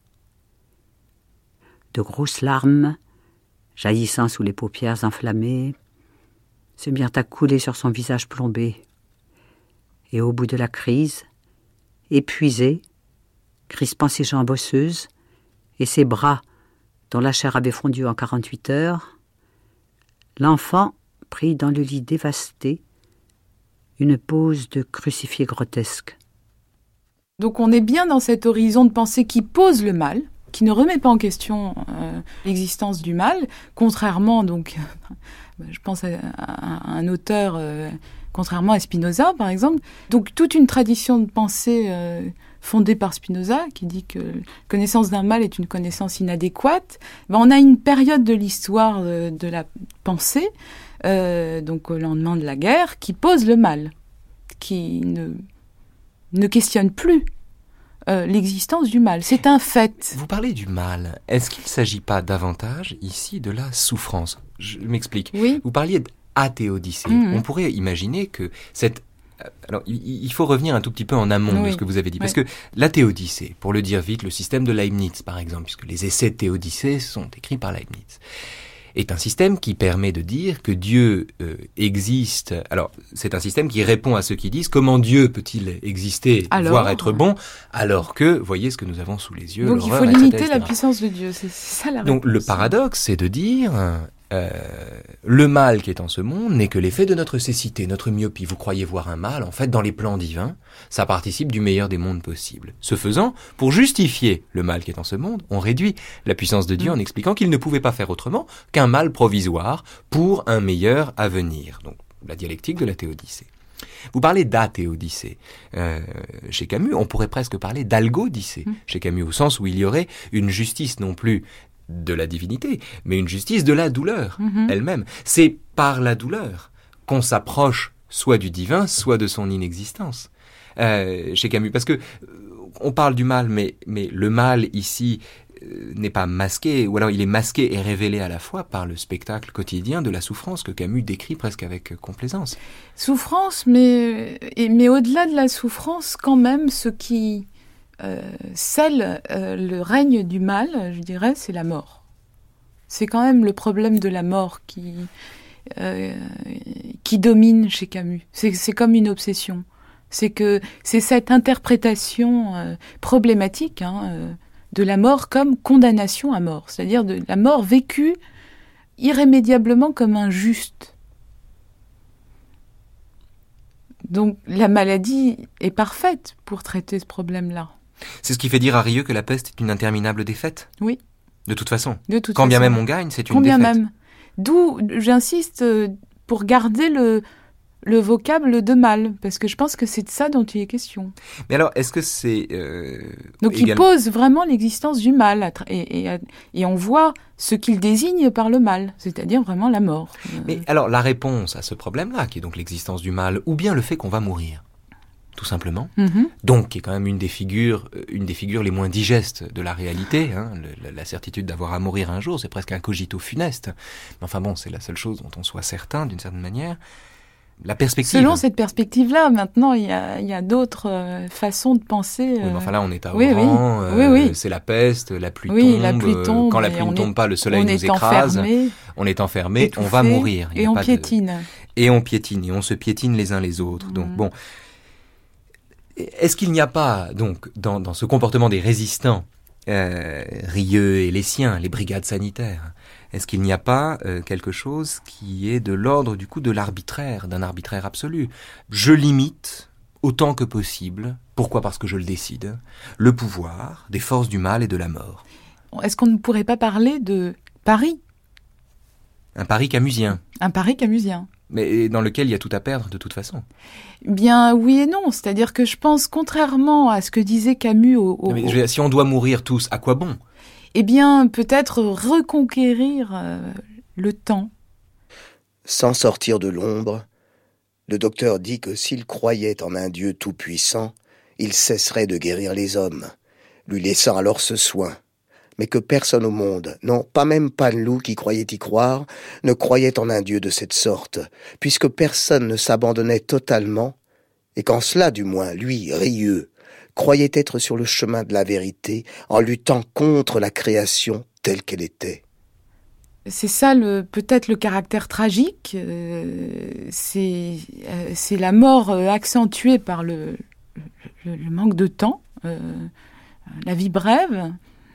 De grosses larmes, jaillissant sous les paupières enflammées, se mirent à couler sur son visage plombé, et au bout de la crise, épuisé, crispant ses jambes osseuses et ses bras dont la chair avait fondu en 48 heures, l'enfant prit dans le lit dévasté une pose de crucifié grotesque. Donc on est bien dans cet horizon de pensée qui pose le mal, qui ne remet pas en question l'existence du mal, contrairement donc, je pense à un auteur, contrairement à Spinoza par exemple. Donc toute une tradition de pensée fondée par Spinoza, qui dit que la connaissance d'un mal est une connaissance inadéquate. On a une période de l'histoire de la pensée, donc au lendemain de la guerre, qui pose le mal, qui ne questionne plus l'existence du mal. C'est un fait. Vous parlez du mal. Est-ce qu'il ne s'agit pas davantage ici de la souffrance ? Je m'explique. Oui. Vous parliez d'athéodicée. On pourrait imaginer que cette... Alors, il faut revenir un tout petit peu en amont de ce que vous avez dit. Parce que la théodicée, pour le dire vite, le système de Leibniz, par exemple, puisque les essais de théodicée sont écrits par Leibniz, est un système qui permet de dire que Dieu existe. Alors, c'est un système qui répond à ceux qui disent comment Dieu peut-il exister, voire être bon, alors que, voyez ce que nous avons sous les yeux. Donc il faut limiter la puissance de Dieu, c'est ça la réponse. Donc le paradoxe, c'est de dire... le mal qui est en ce monde n'est que l'effet de notre cécité, notre myopie. Vous croyez voir un mal, en fait, dans les plans divins, ça participe du meilleur des mondes possibles. Ce faisant, pour justifier le mal qui est en ce monde, on réduit la puissance de Dieu en expliquant qu'il ne pouvait pas faire autrement qu'un mal provisoire pour un meilleur avenir. Donc, la dialectique de la théodicée. Vous parlez d'athéodicée. Chez Camus, on pourrait presque parler d'algodicée. Chez Camus, au sens où il y aurait une justice non plus de la divinité, mais une justice de la douleur elle-même. C'est par la douleur qu'on s'approche soit du divin, soit de son inexistence. Chez Camus, parce que on parle du mal, mais le mal ici n'est pas masqué, ou alors il est masqué et révélé à la fois par le spectacle quotidien de la souffrance que Camus décrit presque avec complaisance. Souffrance, mais au-delà de la souffrance, quand même, ce qui scelle le règne du mal, je dirais, c'est la mort. C'est quand même le problème de la mort qui domine chez Camus. C'est comme une obsession. C'est cette interprétation problématique de la mort comme condamnation à mort, c'est-à-dire de la mort vécue irrémédiablement comme injuste. Donc la maladie est parfaite pour traiter ce problème-là. C'est ce qui fait dire à Rieu que la peste est une interminable défaite. Oui. De toute façon. Quand bien même on gagne, c'est une défaite. Quand bien défaite. même. D'où j'insiste pour garder le vocable de mal, parce que je pense que c'est de ça dont il est question. Mais alors, est-ce que c'est... Donc il pose vraiment l'existence du mal, et on voit ce qu'il désigne par le mal, c'est-à-dire vraiment la mort. Mais alors, la réponse à ce problème-là, qui est donc l'existence du mal, ou bien le fait qu'on va mourir, tout tout simplement, Mhm. donc qui est quand même une des figures les moins digestes de la réalité, hein, la certitude d'avoir à mourir un jour, c'est presque un cogito funeste. Mais enfin bon, c'est la seule chose dont on soit certain d'une certaine manière. La perspective. Selon cette perspective-là, maintenant, il y a d'autres façons de penser. Oui, mais enfin là, on est à oui, Oran, oui. C'est la peste, la pluie Oui, tombe. la pluie tombe, quand la et pluie on ne tombe est- pas, le soleil on nous est écrase. enfermé, On est enfermé, on va étouffé, mourir. Il y a et on pas de- piétine. Et on piétine, et on se piétine les uns les autres. Donc bon, est-ce qu'il n'y a pas donc dans ce comportement des résistants, Rieux et les siens, les brigades sanitaires, est-ce qu'il n'y a pas quelque chose qui est de l'ordre du coup de l'arbitraire, d'un arbitraire absolu? Je limite autant que possible, pourquoi? Parce que je le décide, le pouvoir des forces du mal et de la mort. Est-ce qu'on ne pourrait pas parler de Paris, Un pari camusien, un Paris camusien? mais dans lequel il y a tout à perdre de toute façon. Bien, oui et non. C'est-à-dire que je pense, contrairement à ce que disait Camus Mais je veux dire, si on doit mourir tous, à quoi bon? eh bien, peut-être reconquérir le temps. Sans sortir de l'ombre, le docteur dit que s'il croyait en un Dieu tout-puissant, il cesserait de guérir les hommes, lui laissant alors ce soin. Mais que personne au monde, non, pas même Paneloux qui croyait y croire, ne croyait en un Dieu de cette sorte, puisque personne ne s'abandonnait totalement, et qu'en cela, du moins, lui, Rieux, croyait être sur le chemin de la vérité en luttant contre la création telle qu'elle était. C'est ça peut-être le caractère tragique. C'est la mort accentuée par le manque de temps, la vie brève.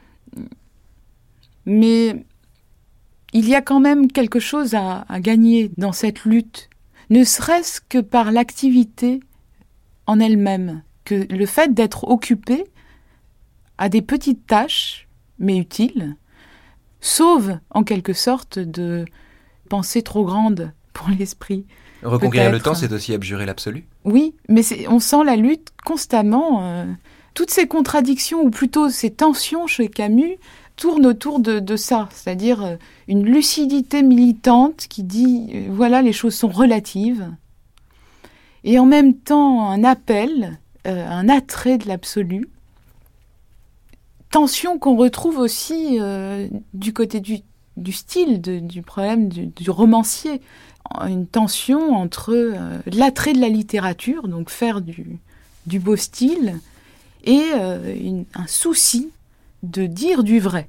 Mais il y a quand même quelque chose à gagner dans cette lutte, ne serait-ce que par l'activité en elle-même, que le fait d'être occupé à des petites tâches, mais utiles, sauve en quelque sorte de pensées trop grandes pour l'esprit. Reconquérir le Peut-être. temps, c'est aussi abjurer l'absolu. Oui, mais on sent la lutte constamment. Toutes ces contradictions, ou plutôt ces tensions chez Camus, tournent autour de ça, c'est-à-dire une lucidité militante qui dit voilà, les choses sont relatives, et en même temps un appel, un attrait de l'absolu. Tension qu'on retrouve aussi du côté du style, du problème du romancier. Une tension entre l'attrait de la littérature, donc faire du beau style, et un souci de dire du vrai.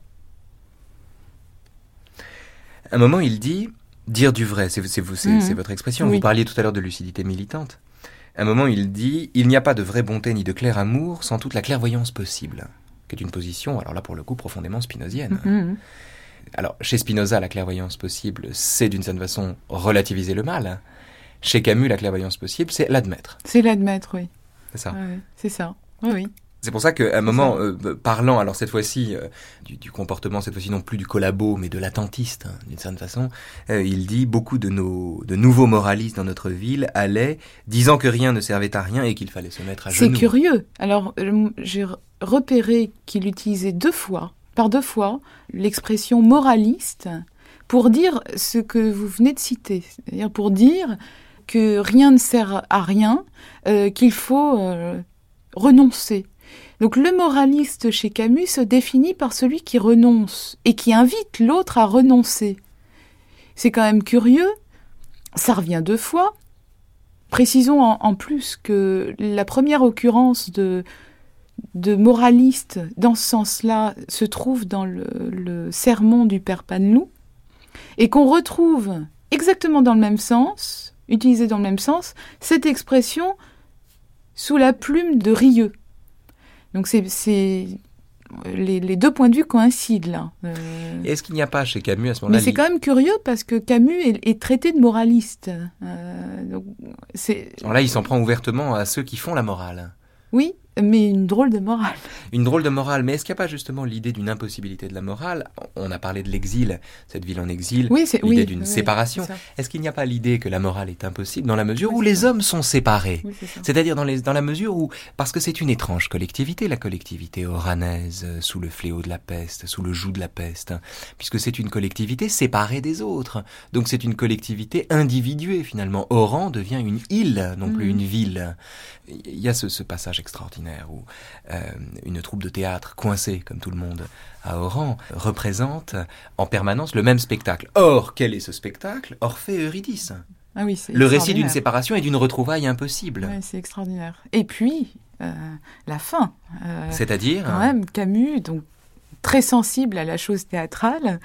À un moment, il dit dire du vrai, c'est votre expression. Oui. Vous parliez tout à l'heure de lucidité militante. À un moment, il dit il n'y a pas de vraie bonté ni de clair amour sans toute la clairvoyance possible, qui est une position, alors là pour le coup, profondément spinozienne. Mmh. Alors, chez Spinoza, la clairvoyance possible, c'est d'une certaine façon relativiser le mal. Chez Camus, la clairvoyance possible, c'est l'admettre. C'est l'admettre, oui. C'est ça. Ouais, c'est ça. Oui, oui. C'est pour ça qu'à un moment, parlant, alors cette fois-ci, du comportement, cette fois-ci non plus du collabo, mais de l'attentiste, hein, d'une certaine façon, il dit beaucoup de nouveaux moralistes dans notre ville allaient, disant que rien ne servait à rien et qu'il fallait se mettre à genoux. C'est curieux. Alors, j'ai repéré qu'il utilisait par deux fois, l'expression moraliste pour dire ce que vous venez de citer. C'est-à-dire pour dire que rien ne sert à rien, qu'il faut renoncer. Donc le moraliste chez Camus se définit par celui qui renonce et qui invite l'autre à renoncer. C'est quand même curieux, ça revient deux fois. Précisons en plus que la première occurrence de moraliste dans ce sens-là se trouve dans le sermon du père Paneloux et qu'on retrouve exactement dans le même sens, utilisé dans le même sens, cette expression sous la plume de Rieux. Donc les deux points de vue coïncident là. Et est-ce qu'il n'y a pas chez Camus à ce moment-là... Mais c'est quand même curieux parce que Camus est traité de moraliste. Donc Alors là, il s'en prend ouvertement à ceux qui font la morale. oui, Mais une drôle de morale. Une drôle de morale, mais est-ce qu'il n'y a pas justement l'idée d'une impossibilité de la morale ? On a parlé de l'exil, cette ville en exil, l'idée d'une séparation. Est-ce qu'il n'y a pas l'idée que la morale est impossible dans la mesure où les hommes sont séparés ? C'est-à-dire dans la mesure où, parce que c'est une étrange collectivité, la collectivité oranaise, sous le fléau de la peste, sous le joug de la peste, puisque c'est une collectivité séparée des autres. Donc c'est une collectivité individuée finalement. Oran devient une île, non plus une ville. Il y a ce passage extraordinaire où une troupe de théâtre coincée, comme tout le monde, à Oran, représente en permanence le même spectacle. Or, quel est ce spectacle ? Orphée et Eurydice. Ah oui, c'est le récit d'une séparation et d'une retrouvaille impossible. Oui, c'est extraordinaire. Et puis, la fin. C'est-à-dire quand même, Camus, donc très sensible à la chose théâtrale,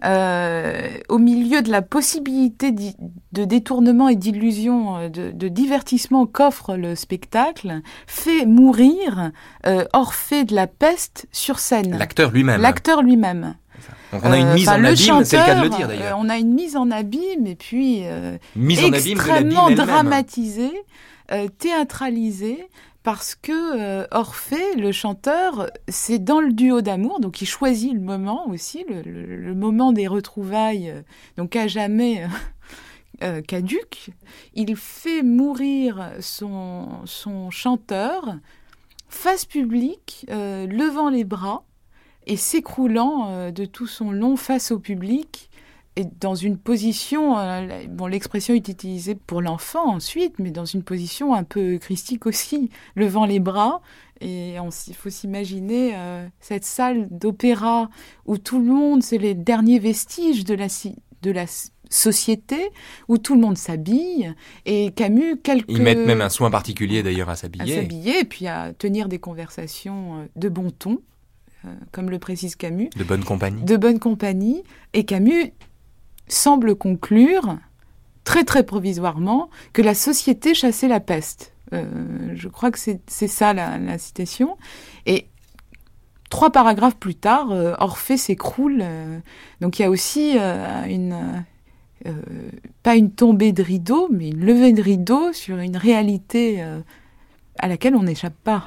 au milieu de la possibilité de détournement et d'illusion, de divertissement qu'offre le spectacle, fait mourir Orphée de la peste sur scène. L'acteur lui-même. Donc on a une mise en abîme, c'est le cas de le dire d'ailleurs. On a une mise en abîme et puis extrêmement dramatisée, théâtralisée, parce que Orphée, le chanteur, c'est dans le duo d'amour, donc il choisit le moment aussi, le moment des retrouvailles, donc à jamais caduque. Il fait mourir son chanteur face publique, levant les bras et s'écroulant de tout son long face au public, et dans une position, l'expression est utilisée pour l'enfant ensuite, mais dans une position un peu christique aussi, levant les bras. Et il faut s'imaginer cette salle d'opéra où tout le monde, c'est les derniers vestiges de la société, où tout le monde s'habille. Et Camus, Ils mettent même un soin particulier d'ailleurs à s'habiller. Et puis à tenir des conversations de bon ton, comme le précise Camus. De bonne compagnie. De bonne compagnie. Et Camus semble conclure, très très provisoirement, que la société chassait la peste. Je crois que c'est ça la citation. Et 3 paragraphes plus tard, Orphée s'écroule. Donc il y a aussi pas une tombée de rideau, mais une levée de rideau sur une réalité à laquelle on n'échappe pas.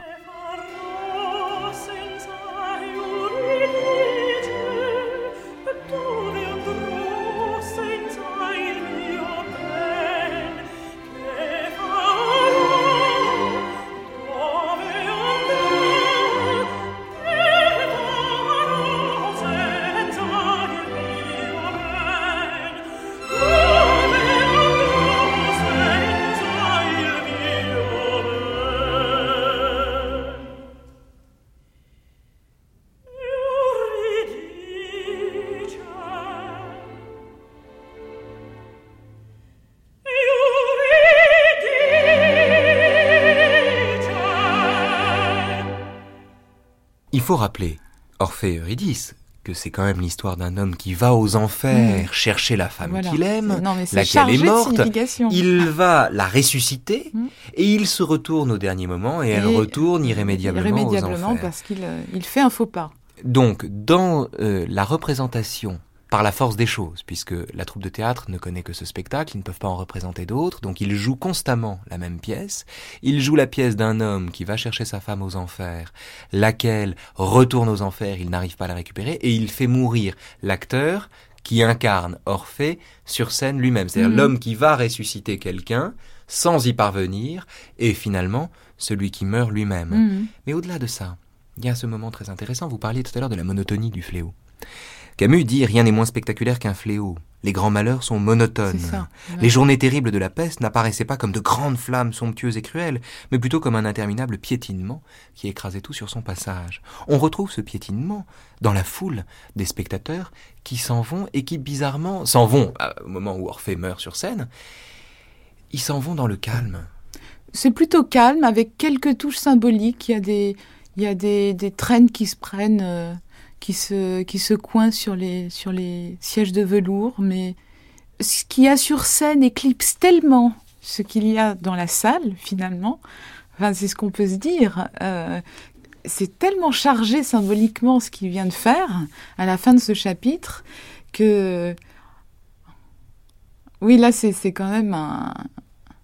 Il faut rappeler, Orphée et Eurydice, que c'est quand même l'histoire d'un homme qui va aux enfers chercher la femme qu'il aime, laquelle est morte. Il va la ressusciter et il se retourne au dernier moment et elle retourne irrémédiablement aux enfers. Parce qu'il fait un faux pas. Donc, dans la représentation par la force des choses, puisque la troupe de théâtre ne connaît que ce spectacle, ils ne peuvent pas en représenter d'autres, donc ils jouent constamment la même pièce. Ils jouent la pièce d'un homme qui va chercher sa femme aux enfers, laquelle retourne aux enfers, il n'arrive pas à la récupérer, et il fait mourir l'acteur qui incarne Orphée sur scène lui-même. C'est-à-dire l'homme qui va ressusciter quelqu'un sans y parvenir, et finalement celui qui meurt lui-même. Mais au-delà de ça, il y a ce moment très intéressant, vous parliez tout à l'heure de la monotonie du fléau. Camus dit « Rien n'est moins spectaculaire qu'un fléau. Les grands malheurs sont monotones. » Les journées terribles de la peste n'apparaissaient pas comme de grandes flammes somptueuses et cruelles, mais plutôt comme un interminable piétinement qui écrasait tout sur son passage. On retrouve ce piétinement dans la foule des spectateurs qui s'en vont et qui bizarrement s'en vont au moment où Orphée meurt sur scène. Ils s'en vont dans le calme. C'est plutôt calme, avec quelques touches symboliques. Il y a des traînes qui se prennent... qui se coincent sur les sièges de velours, mais ce qu'il y a sur scène éclipse tellement ce qu'il y a dans la salle, finalement. Enfin, c'est ce qu'on peut se dire. C'est tellement chargé symboliquement ce qu'il vient de faire à la fin de ce chapitre que... Oui, là, c'est quand même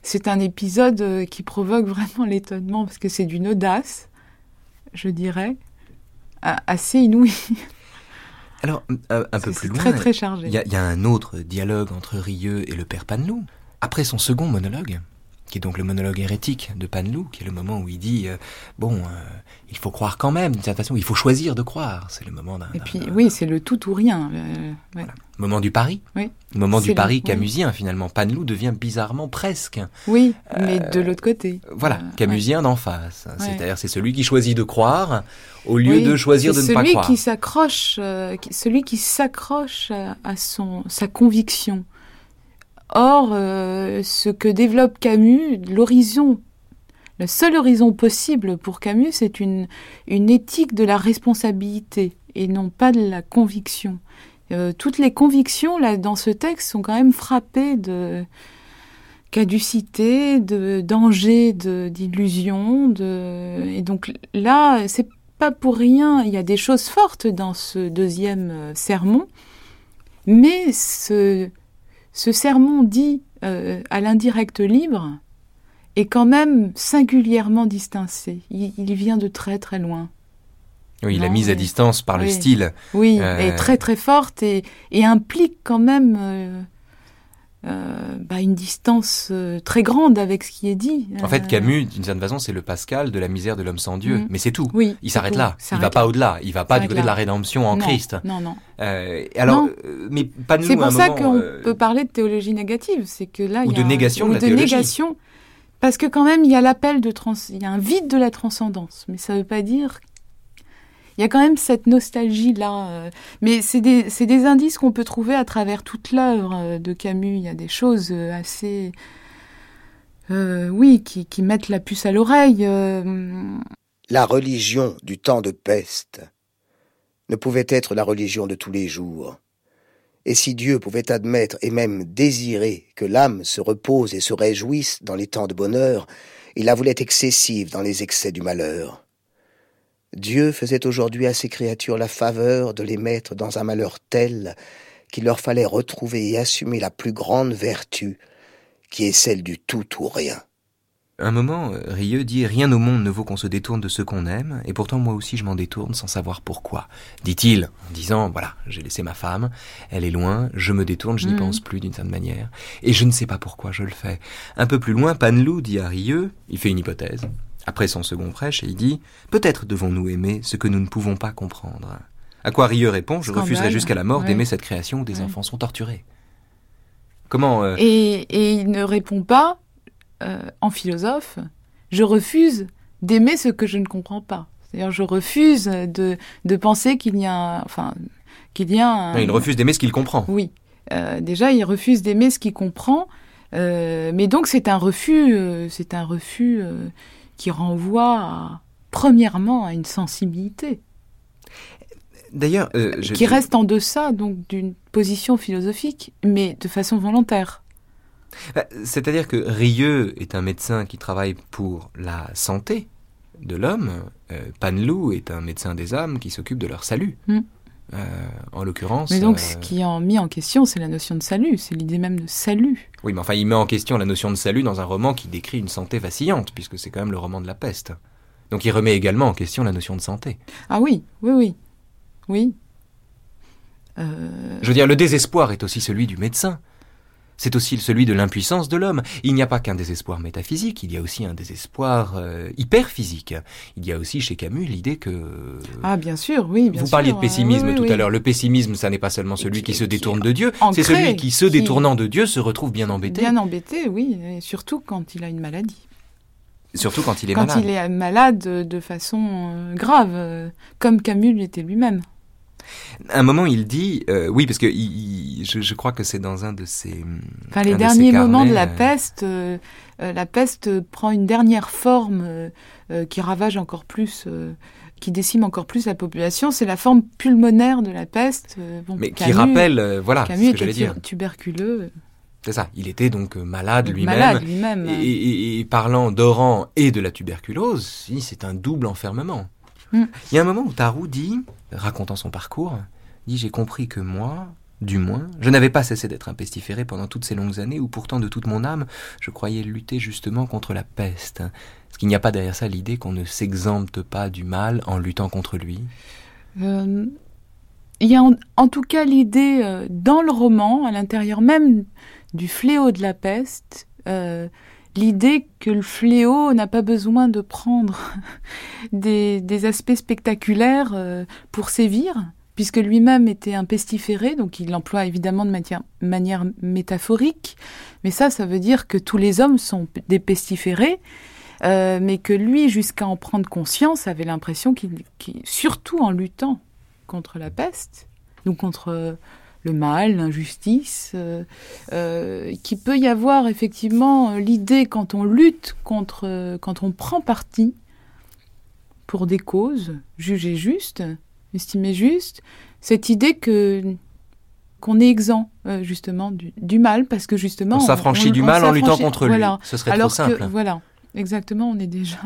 c'est un épisode qui provoque vraiment l'étonnement, parce que c'est d'une audace, je dirais, assez inouïe. Alors, un peu plus loin, très très chargé. Il y a un autre dialogue entre Rieux et le père Panelou. Après son second monologue, qui est donc le monologue hérétique de Panelou, qui est le moment où il dit il faut croire quand même, d'une certaine façon, il faut choisir de croire. C'est le moment d'un... Et puis, oui, c'est le tout ou rien. Voilà. Moment du pari. Oui. Moment du pari oui. camusien, finalement. Panelou devient bizarrement presque. Oui, mais de l'autre côté. Voilà, camusien d'en face. Ouais. C'est-à-dire, c'est celui qui choisit de croire au lieu de choisir de ne pas croire. Celui qui s'accroche à sa conviction. Or, ce que développe Camus, le seul horizon possible pour Camus, c'est une éthique de la responsabilité et non pas de la conviction. Toutes les convictions là dans ce texte sont quand même frappées de caducité, de danger, d'illusion, et donc là, c'est pas pour rien. Il y a des choses fortes dans ce deuxième sermon, mais ce sermon dit à l'indirect libre est quand même singulièrement distancé. Il vient de très très loin. Oui, la mise à distance par le style. Oui, est très très forte et implique quand même une distance très grande avec ce qui est dit. En fait, Camus, d'une certaine façon, c'est le Pascal de la misère de l'homme sans Dieu. Mais c'est tout. Oui, il s'arrête là. Il ne va pas au-delà. Il ne va pas du côté de la rédemption en Christ. Non. Mais Panelou, c'est pour ça qu'on peut parler de théologie négative. C'est que là, ou de négation de la théologie. Parce que quand même, il y a l'appel il y a un vide de la transcendance. Mais ça ne veut pas dire... Il y a quand même cette nostalgie-là. Mais c'est des indices qu'on peut trouver à travers toute l'œuvre de Camus. Il y a des choses assez... qui mettent la puce à l'oreille. La religion du temps de peste ne pouvait être la religion de tous les jours. Et si Dieu pouvait admettre et même désirer que l'âme se repose et se réjouisse dans les temps de bonheur, il la voulait excessive dans les excès du malheur. Dieu faisait aujourd'hui à ses créatures la faveur de les mettre dans un malheur tel qu'il leur fallait retrouver et assumer la plus grande vertu, qui est celle du tout ou rien. Un moment, Rieux dit « Rien au monde ne vaut qu'on se détourne de ce qu'on aime, et pourtant moi aussi je m'en détourne sans savoir pourquoi. » dit-il, en disant « Voilà, j'ai laissé ma femme, elle est loin, je me détourne, je n'y pense plus d'une certaine manière, et je ne sais pas pourquoi je le fais. » Un peu plus loin, Panelou dit à Rieux, il fait une hypothèse, après son second prêche, et il dit « Peut-être devons-nous aimer ce que nous ne pouvons pas comprendre. » À quoi Rieux répond « Je refuserai jusqu'à la mort d'aimer cette création où des enfants sont torturés. » Comment Et il ne répond pas en philosophe, je refuse d'aimer ce que je ne comprends pas. C'est-à-dire, je refuse de penser qu'il y a un... Il refuse d'aimer ce qu'il comprend. Oui. Déjà, il refuse d'aimer ce qu'il comprend, mais donc c'est un refus qui renvoie premièrement à une sensibilité. D'ailleurs, qui reste en deçà donc d'une position philosophique, mais de façon volontaire. C'est-à-dire que Rieux est un médecin qui travaille pour la santé de l'homme. Panelou est un médecin des âmes qui s'occupe de leur salut. En l'occurrence... Mais donc, ce qui est mis en question, c'est la notion de salut, c'est l'idée même de salut. Oui, mais enfin, il met en question la notion de salut dans un roman qui décrit une santé vacillante, puisque c'est quand même le roman de la peste. Donc il remet également en question la notion de santé. Ah oui. Je veux dire, le désespoir est aussi celui du médecin. C'est aussi celui de l'impuissance de l'homme. Il n'y a pas qu'un désespoir métaphysique, il y a aussi un désespoir hyper-physique. Il y a aussi chez Camus l'idée que... Ah bien sûr, oui, bien sûr. Vous parliez de pessimisme tout à l'heure. Le pessimisme, ça n'est pas seulement celui qui se détourne de Dieu, c'est celui qui, se détournant de Dieu, se retrouve bien embêté. Bien embêté, oui, et surtout quand il a une maladie. Surtout quand il est malade. Quand il est malade de façon grave, comme Camus l'était lui-même. À un moment, il dit, oui, parce que je crois que c'est dans un de ses... Enfin, les derniers moments de la peste prend une dernière forme qui ravage encore plus, qui décime encore plus la population. C'est la forme pulmonaire de la peste. Mais Camus, qui rappelle, voilà, Camus ce que j'allais dire. Camus était tuberculeux. C'est ça, il était donc malade lui-même. Et parlant d'Oran et de la tuberculose, c'est un double enfermement. Il y a un moment où Tarou dit, racontant son parcours, dit « J'ai compris que moi, Du moins, je n'avais pas cessé d'être un pestiféré pendant toutes ces longues années où pourtant de toute mon âme, je croyais lutter justement contre la peste. Est-ce qu'il n'y a pas derrière ça l'idée qu'on ne s'exempte pas du mal en luttant contre lui ? Il y a en tout cas l'idée dans le roman, à l'intérieur même du fléau de la peste, l'idée que le fléau n'a pas besoin de prendre des aspects spectaculaires pour sévir, puisque lui-même était un pestiféré, donc il l'emploie évidemment de manière métaphorique, mais ça veut dire que tous les hommes sont des pestiférés, mais que lui, jusqu'à en prendre conscience, avait l'impression qu'il surtout en luttant contre la peste, donc contre le mal, l'injustice, qu'il peut y avoir effectivement l'idée quand on lutte quand on prend parti pour des causes jugées justes, estimées justes, cette idée qu'on est exempt justement du mal, parce que justement... On s'affranchit du mal en luttant contre lui, ce serait trop simple. Voilà, exactement, on est déjà...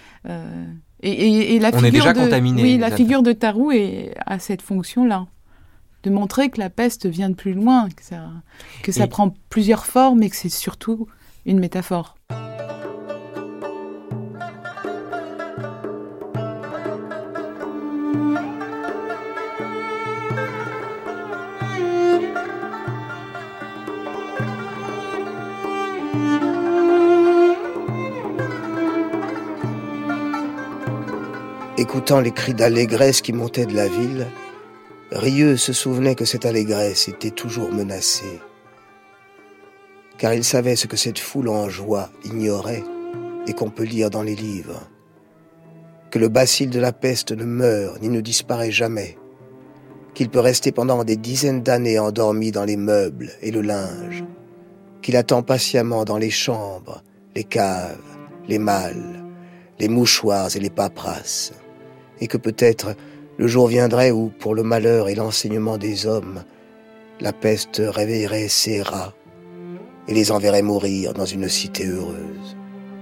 Et la on figure est déjà contaminé. Oui, la figure de Tarou a cette fonction-là, de montrer que la peste vient de plus loin, que ça prend plusieurs formes et que c'est surtout une métaphore. Écoutant les cris d'allégresse qui montaient de la ville, Rieux se souvenait que cette allégresse était toujours menacée. Car il savait ce que cette foule en joie ignorait et qu'on peut lire dans les livres. Que le bacille de la peste ne meurt ni ne disparaît jamais. Qu'il peut rester pendant des dizaines d'années endormi dans les meubles et le linge. Qu'il attend patiemment dans les chambres, les caves, les malles, les mouchoirs et les paperasses. Et que peut-être le jour viendrait où, pour le malheur et l'enseignement des hommes, la peste réveillerait ces rats et les enverrait mourir dans une cité heureuse.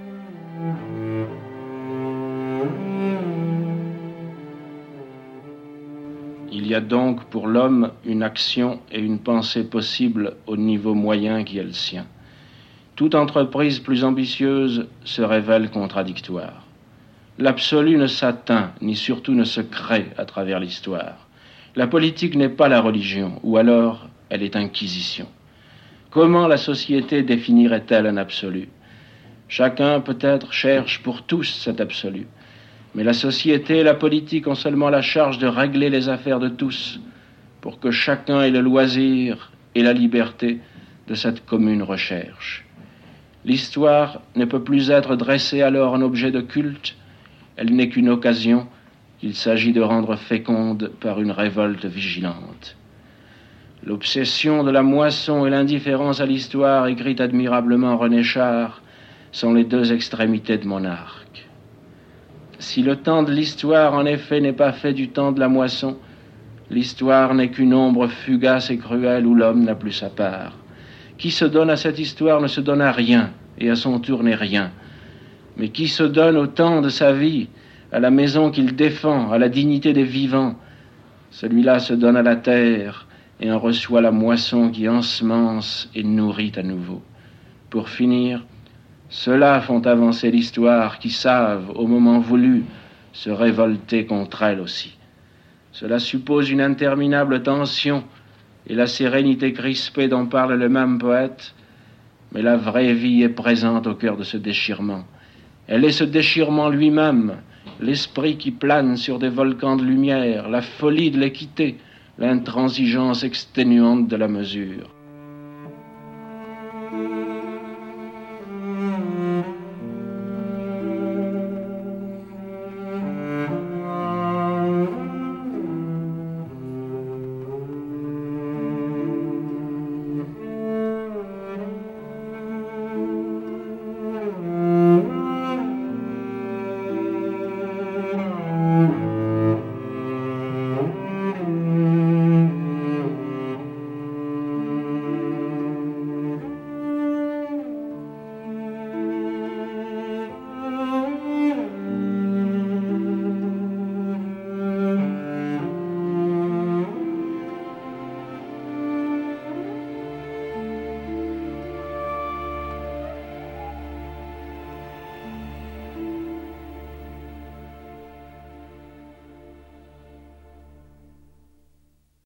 Il y a donc pour l'homme une action et une pensée possible au niveau moyen qui est le sien. Toute entreprise plus ambitieuse se révèle contradictoire. L'absolu ne s'atteint, ni surtout ne se crée à travers l'histoire. La politique n'est pas la religion, ou alors elle est inquisition. Comment la société définirait-elle un absolu ? Chacun peut-être cherche pour tous cet absolu. Mais la société et la politique ont seulement la charge de régler les affaires de tous, pour que chacun ait le loisir et la liberté de cette commune recherche. L'histoire ne peut plus être dressée alors en objet de culte. Elle n'est qu'une occasion qu'il s'agit de rendre féconde par une révolte vigilante. L'obsession de la moisson et l'indifférence à l'histoire, écrit admirablement René Char, sont les deux extrémités de mon arc. Si le temps de l'histoire, en effet, n'est pas fait du temps de la moisson, l'histoire n'est qu'une ombre fugace et cruelle où l'homme n'a plus sa part. Qui se donne à cette histoire ne se donne à rien, et à son tour n'est rien. Mais qui se donne au temps de sa vie, à la maison qu'il défend, à la dignité des vivants, celui-là se donne à la terre et en reçoit la moisson qui ensemence et nourrit à nouveau. Pour finir, ceux-là font avancer l'histoire qui savent, au moment voulu, se révolter contre elle aussi. Cela suppose une interminable tension et la sérénité crispée dont parle le même poète, mais la vraie vie est présente au cœur de ce déchirement. Elle est ce déchirement lui-même, l'esprit qui plane sur des volcans de lumière, la folie de l'équité, l'intransigeance exténuante de la mesure.